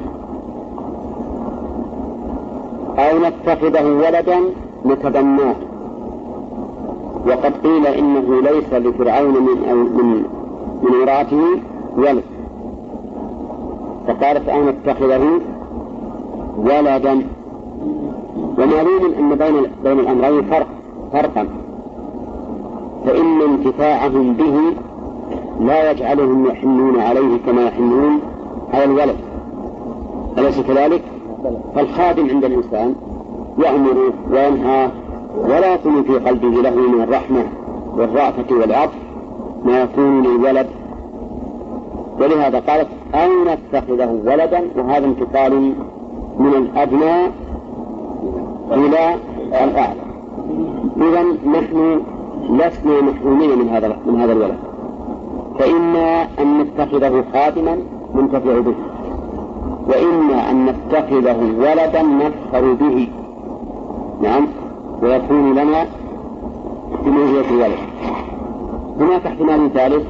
أو نتخذه ولدا نتبناه. وقد قيل إنه ليس لفرعون من امرأته ولد، فقالت أو نتخذه ولدا. ومعلوم أن بين الأمرين فرقا، فإن انتفاعهم به لا يجعلهم يحنون عليه كما يحنون على الولد، أليس كذلك؟ فالخادم عند الإنسان يأمر وينهى ولا يكون في قلبه له من الرحمة والرأفة والعطف ما يكون للولد، ولهذا قالت أو نتخذه ولدا، وهذا انتقال من الأدنى إلى الأعلى. إذن نحن لسنا محرومين من هذا الولد، فإما أن نتخذه خادما ننتفع به، وإما أن نتخذه ولدا نفخر به، نعم، ويكون لنا بموجة الولد. هناك احتمال ثالث،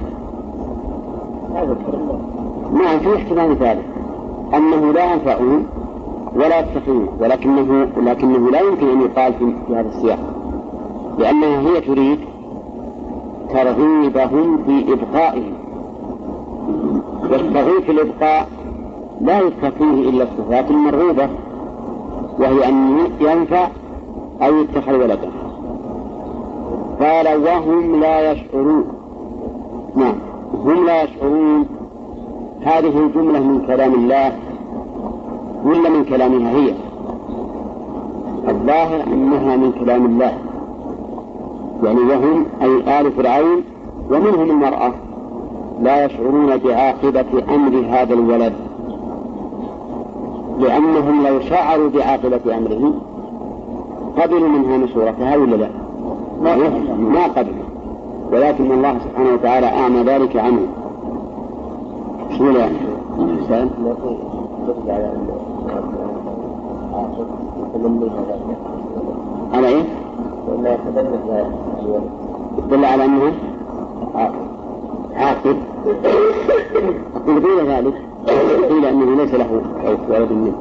نعم في احتمال ثالث أنه لا ينفعون ولا يتخذون، ولكنه لا يمكن أن يقال في هذا السياق، لأنها هي تريد ترغيبهم في إبقائهم، والترغيب في الإبقاء لا يذكر فيه إلا الصفات المرغوبة، وهي أن ينفع أو يتخذ ولدا. قال وهم لا يشعرون، نعم هم لا يشعرون، هذه الجملة من كلام الله ولا من كلامها هي؟ الظاهر أنها من كلام الله، يعني وهم أي آل فرعون ومنهم المرأة لا يشعرون بعاقبة أمر هذا الولد، لأنهم لو شعروا بعاقبة أمره قبلوا منها نشورتها ولا لا؟ ما قبلوا، ولكن الله سبحانه وتعالى أعمى ذلك عنه. بسم الله الرحمن على إيه؟ دل على أنه عاقب. أقول قيل ذلك، قيل أنه ليس له ولد منه،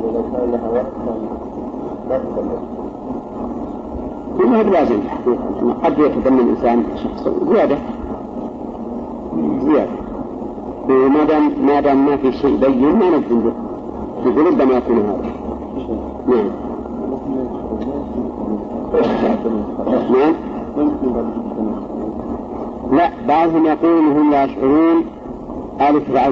إنه بلازم حقيقة، قد يتضمن الإنسان شخص زيادة، وما دام ما في شيء بين ما نجزم به، يقول ربما يكون هذا. نعم نعم لا، بعضهم يقول إنهم لا يشعرون آل فرعون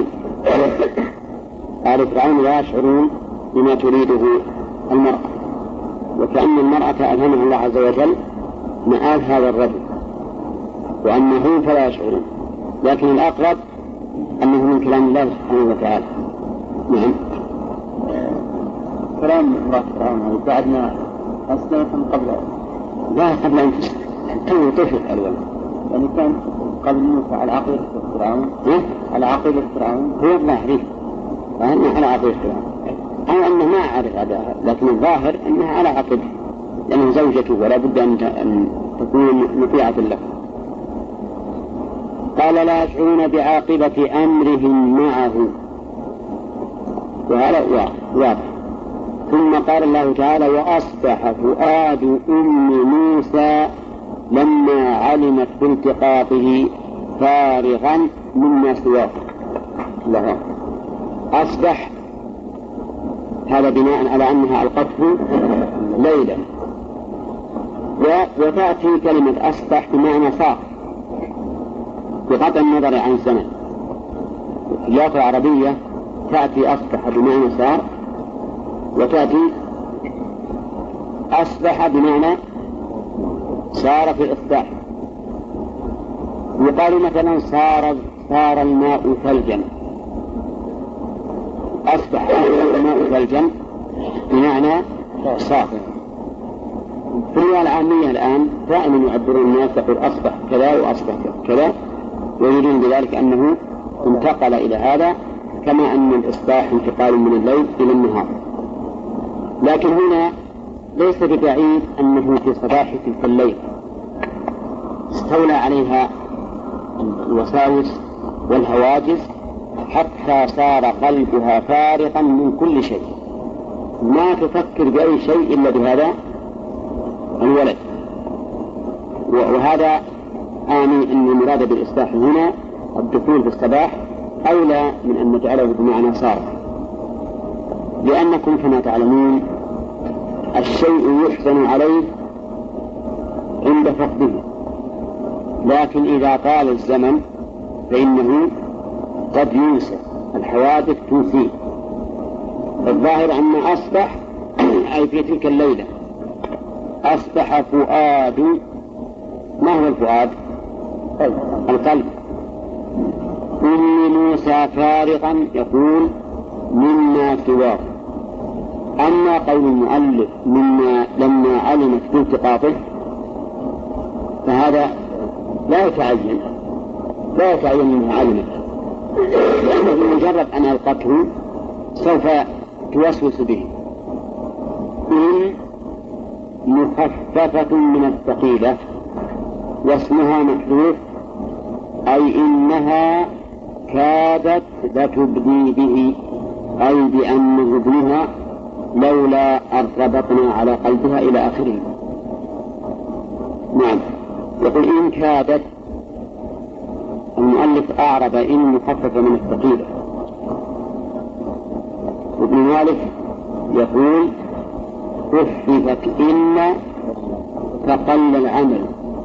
لا يشعرون بما تريده المرأة، وكأن المرأة ألهمها الله عز وجل مآل هذا الرجل وأنه فلا يشعرون، لكن الأقرب أنه من كلام الله سبحانه وتعالى. نعم. كلام الله فرعون بعد ما أصلا قبل أن تسلم طفل الأول، يعني كان قبل موسى على عقيدة فرعون. على عقيدة فرعون هو الظاهر فأنه على عقيدة فرعون، أو أنه ما أعرف هذا، لكن الظاهر أنها على عقيدة لأنه زوجته ولا بد أن تكون مطيعة له. قال لا يشعرون بعاقبة أمرهم معه، وهذا واضح. ثم قال الله تعالى وأصبح فؤاد أم موسى لما علمت بالتقاطه فارغا مما سواه. الله أصبح هذا بناء على أنها ألقته ليلا، وتأتي كلمة أصبح بمعنى صار بقطع النظر عن الزمن. في اللغة العربية تأتي أصبح بمعنى صار، وتأتي أصبح بمعنى صار في الإصباح. يقال مثلا صار الماء ثلجا، أصبح الماء ثلجا بمعنى صار. في اللغة العامية الآن دائما يعبرون الناس يقول أصبح كذا وأصبح كذا، ويريدون بذلك أنه انتقل إلى هذا، كما أن الإصباح انتقال من الليل إلى النهار. لكن هنا ليس ببعيد أنه في صباح تلك الليل استولى عليها الوساوس والهواجس حتى صار قلبها فارغا من كل شيء، ما تفكر بأي شيء إلا بهذا الولد. وهذا آني أن المراد بالإصباح هنا الدخول في الصباح أولى من أن نجعله بمعنى صار، لأنكم كما تعلمون الشيء يحزن عليه عند فقده، لكن إذا طال الزمن فإنه قد ينسى، الحوادث تنسيه. الظاهر أن أصبح أي في تلك الليلة أصبح فؤاد. ما هو الفؤاد؟ القلب. أم موسى فارغا يقول مما سواه. أما قول المؤلف لما علمت بالتقاطه فهذا لا يتعين أنها علمت، لأنه بمجرد أن ألقته سوف توسوس به. إن مخففة من الثقيلة واسمها محذوف، أي إنها كادت لتبدي به، أي بأن ابنها لولا أن ربطنا على قلبها إلى آخره. نعم. يقول إن كادت، المؤلف أعرب إن مخففة من الثقيلة. وابن مالك يقول خففت إن فقل العمل،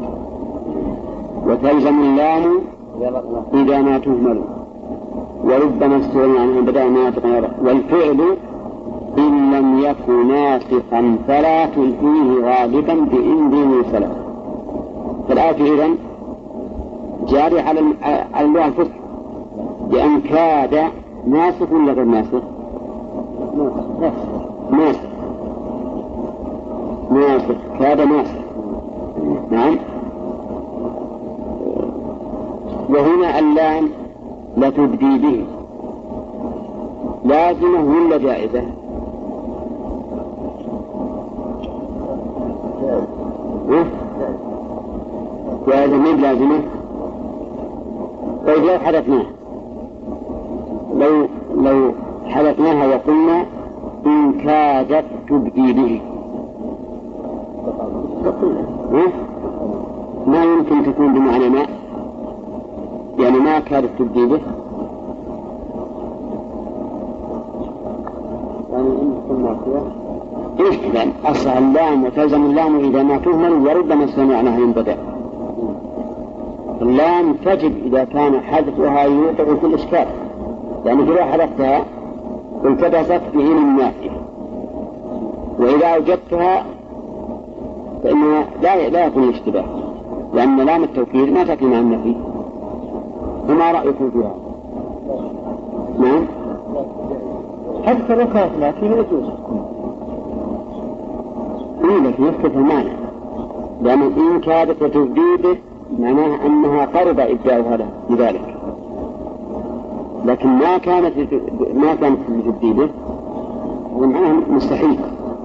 وتلزم اللام إذا ما تهمل، وربما استغنى عنه بدأ ناطقا، والفعل إن لم يكن ناسخا فلا تلقيه غالبا بإن دين سلام. فالآية إذن جاري على اللغة الفصحى، لأن كاد ناسخ ولا غير ناسخ؟ ناسخ كاد ناسخ. نعم. وهنا اللام لتبدي به لازمة ولا جائزة؟ جائزة من لازمة. طيب لو حدثناها وقلنا إن كادت تبدي به ما يمكن تكون بمعنى ما، يعني ما كادت تبدي به، يعني إن كنا فيها إذن أصل اللام وتلزم اللام إذا ما تهمل، وربما سمعناها ينبدأ، اللام تجب إذا كان حذفها يوقع في الإشكال، يعني إذا حذفتها التبست بعين النافية، وإذا أوجدتها فإنها لا يكون الاشتباه، لأن لام التوكيد ما تأتي مع النفي. فما رأيكم فيها؟ نعم، حتى لو كانت لكن يجوز. لكن يسكت المعنى، لأن إن كادت لتبديده معناها أنها قرب إبداؤها له لذلك، لكن ما كانت لتبديده ومعناها مستحيل.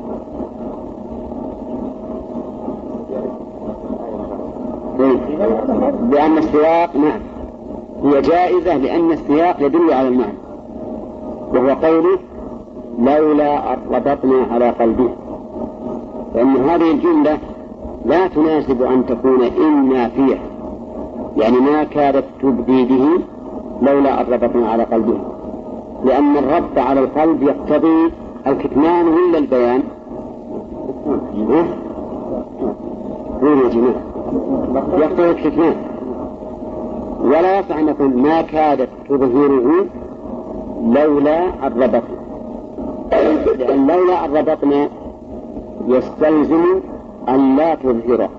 لأن السياق نعم هي جائزة، لأن السياق يدل على المعنى، وهو قوله لولا ربطنا على قلبه، فإن هذه الجملة لا تناسب أن تكون إن نافية، يعني ما كادت تبدي به لولا ربطنا على قلبه، لأن الربط على القلب يقتضي الكتمان ولا البيان؟ يقتضي الكتمان، ولا يصح أن نقول ما كادت تظهره لولا الربطنا، لأن لولا الربطنا يستلزم أن لا تظهر،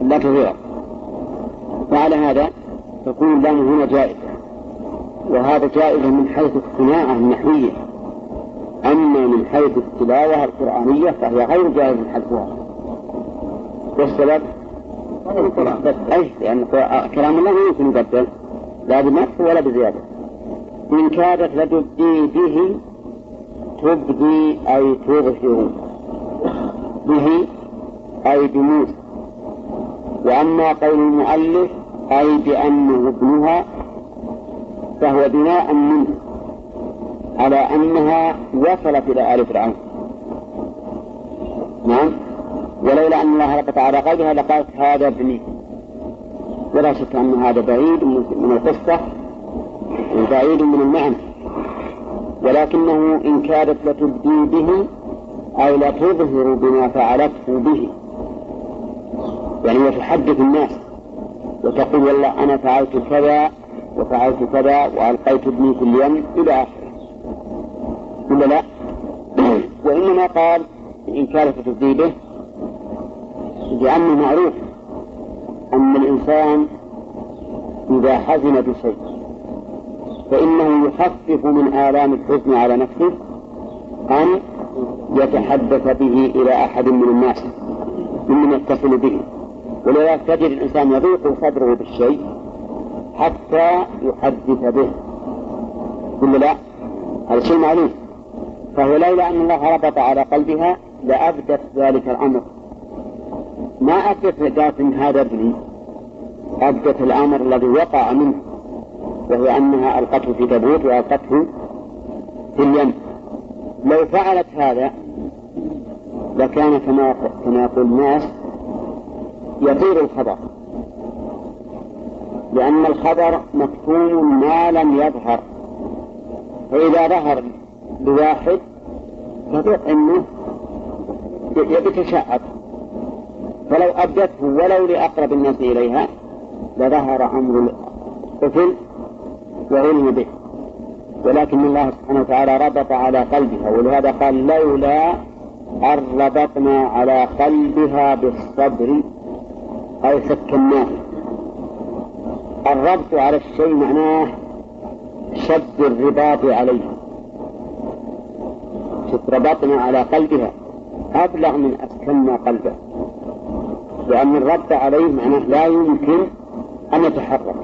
فعلى هذا تكون اللام هنا جائزة، وهذا جائزة من حيث الصناعة النحوية، أما من حيث التلاوة القرآنية فهي غير جائزة حذفها. والسبب لأن كلام الله لا يمكن يبدل لا بنقص ولا بزيادة. إن كادت لتبدي به، تبدي أي تظهر به أي بموسى، وأما قول المؤلف أي بأنه ابنها فهو بناء منه على أنها وصلت إلى آل فرعون. نعم، ولولا أن الله ربط على قلبها لقالت هذا ابني، ولا شك أن هذا بعيد من القصة وبعيد من المعنى، ولكنه إن كادت لتبدي به أي لا تظهر بما فعلته به، يعني وتحدث الناس وتقول والله أنا فعلت كذا وفعلت كذا وألقيت ابني في اليم إلى آخره، ولا لا؟ وإنما قال إن كانت تبدي به لأنه معروف أن الإنسان إذا حزن بشيء فإنه يخفف من آلام الحزن على نفسه أن يتحدث به إلى أحد من الناس ممن يتصل به، ولذلك تجد الإنسان يضيق صدره بالشيء حتى يحدث به، ولا لا؟ هذا شيء معلوم. فهو لولا أن الله ربط على قلبها لأبدت ذلك الأمر، ما أبدت قالت إن هذا ابني، أبدت الأمر الذي وقع منه، وهو أنها ألقته في تابوت وألقته في اليم. لو فعلت هذا لكان كما يقول الناس يطير الخبر، لأن الخبر مكتوم ما لم يظهر، فإذا ظهر بواحد تطيق أنه يتشعب، فلو أبدته ولو لأقرب الناس إليها لظهر أمر الطفل وعلم به، ولكن الله سبحانه وتعالى ربط على قلبها، ولهذا قال لولا أن ربطنا على قلبها بالصبر أي سكناه. الربط على الشيء معناه شد الرباط عليه، ربطنا على قلبها أبلغ من أسكننا قلبه، لأن الربط عليه معناه لا يمكن أن يتحرك،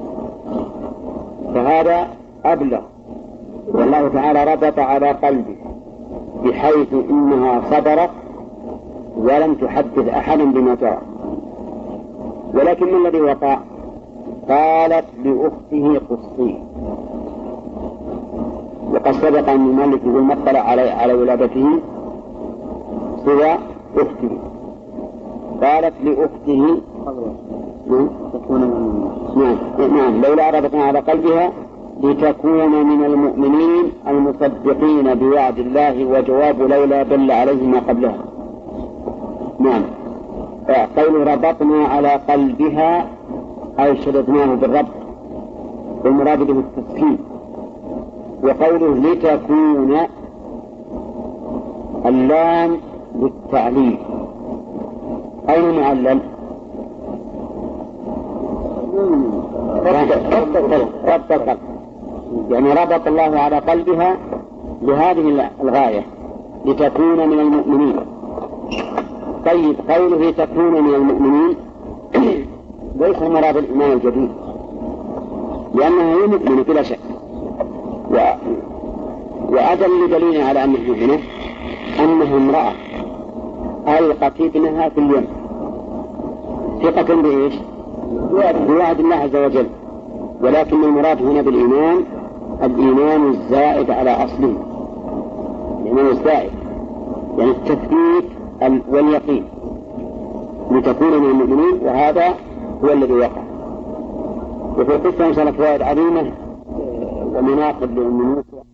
فهذا أبلغ. والله تعالى ربط على قلبه بحيث إنها صبرت ولم تحدث أحدا بما جرى. ولكن ما الذي وقع؟ قالت لأخته قصيه، وقد سبق أن المؤلف يقول ما اطلع على ولادته سوى أخته. قالت لأخته نعم لولا ربطنا على قلبها لتكون من المؤمنين المصدقين بوعد الله، وجواب لولا دل عليه ما قبلها. نعم، قول ربطنا على قلبها أو شددناه بالرب، والمراد به التسكين. وقوله لتكون اللام للتعليل، أين معلل؟ ربط القلب، يعني ربط الله على قلبها لهذه الغاية، لتكون من المؤمنين. طيب قوله تكون من المؤمنين ليس المراد الإيمان الجديد، لأنها هي مؤمنة بلا شك. وأدل دليل على أنها مؤمنة أنها امرأة ألقت ابنها في اليم ثقة بإيش؟ بوعد الله عز وجل. ولكن المراد هنا بالإيمان الإيمان الزائد على أصله، الإيمان الزائد يعني التثبيت واليقين، لتكون من المؤمنين، وهذا هو الذي وقع. وفي القصة إن شاء الله فوائد عظيمة ومناقب للمنوط.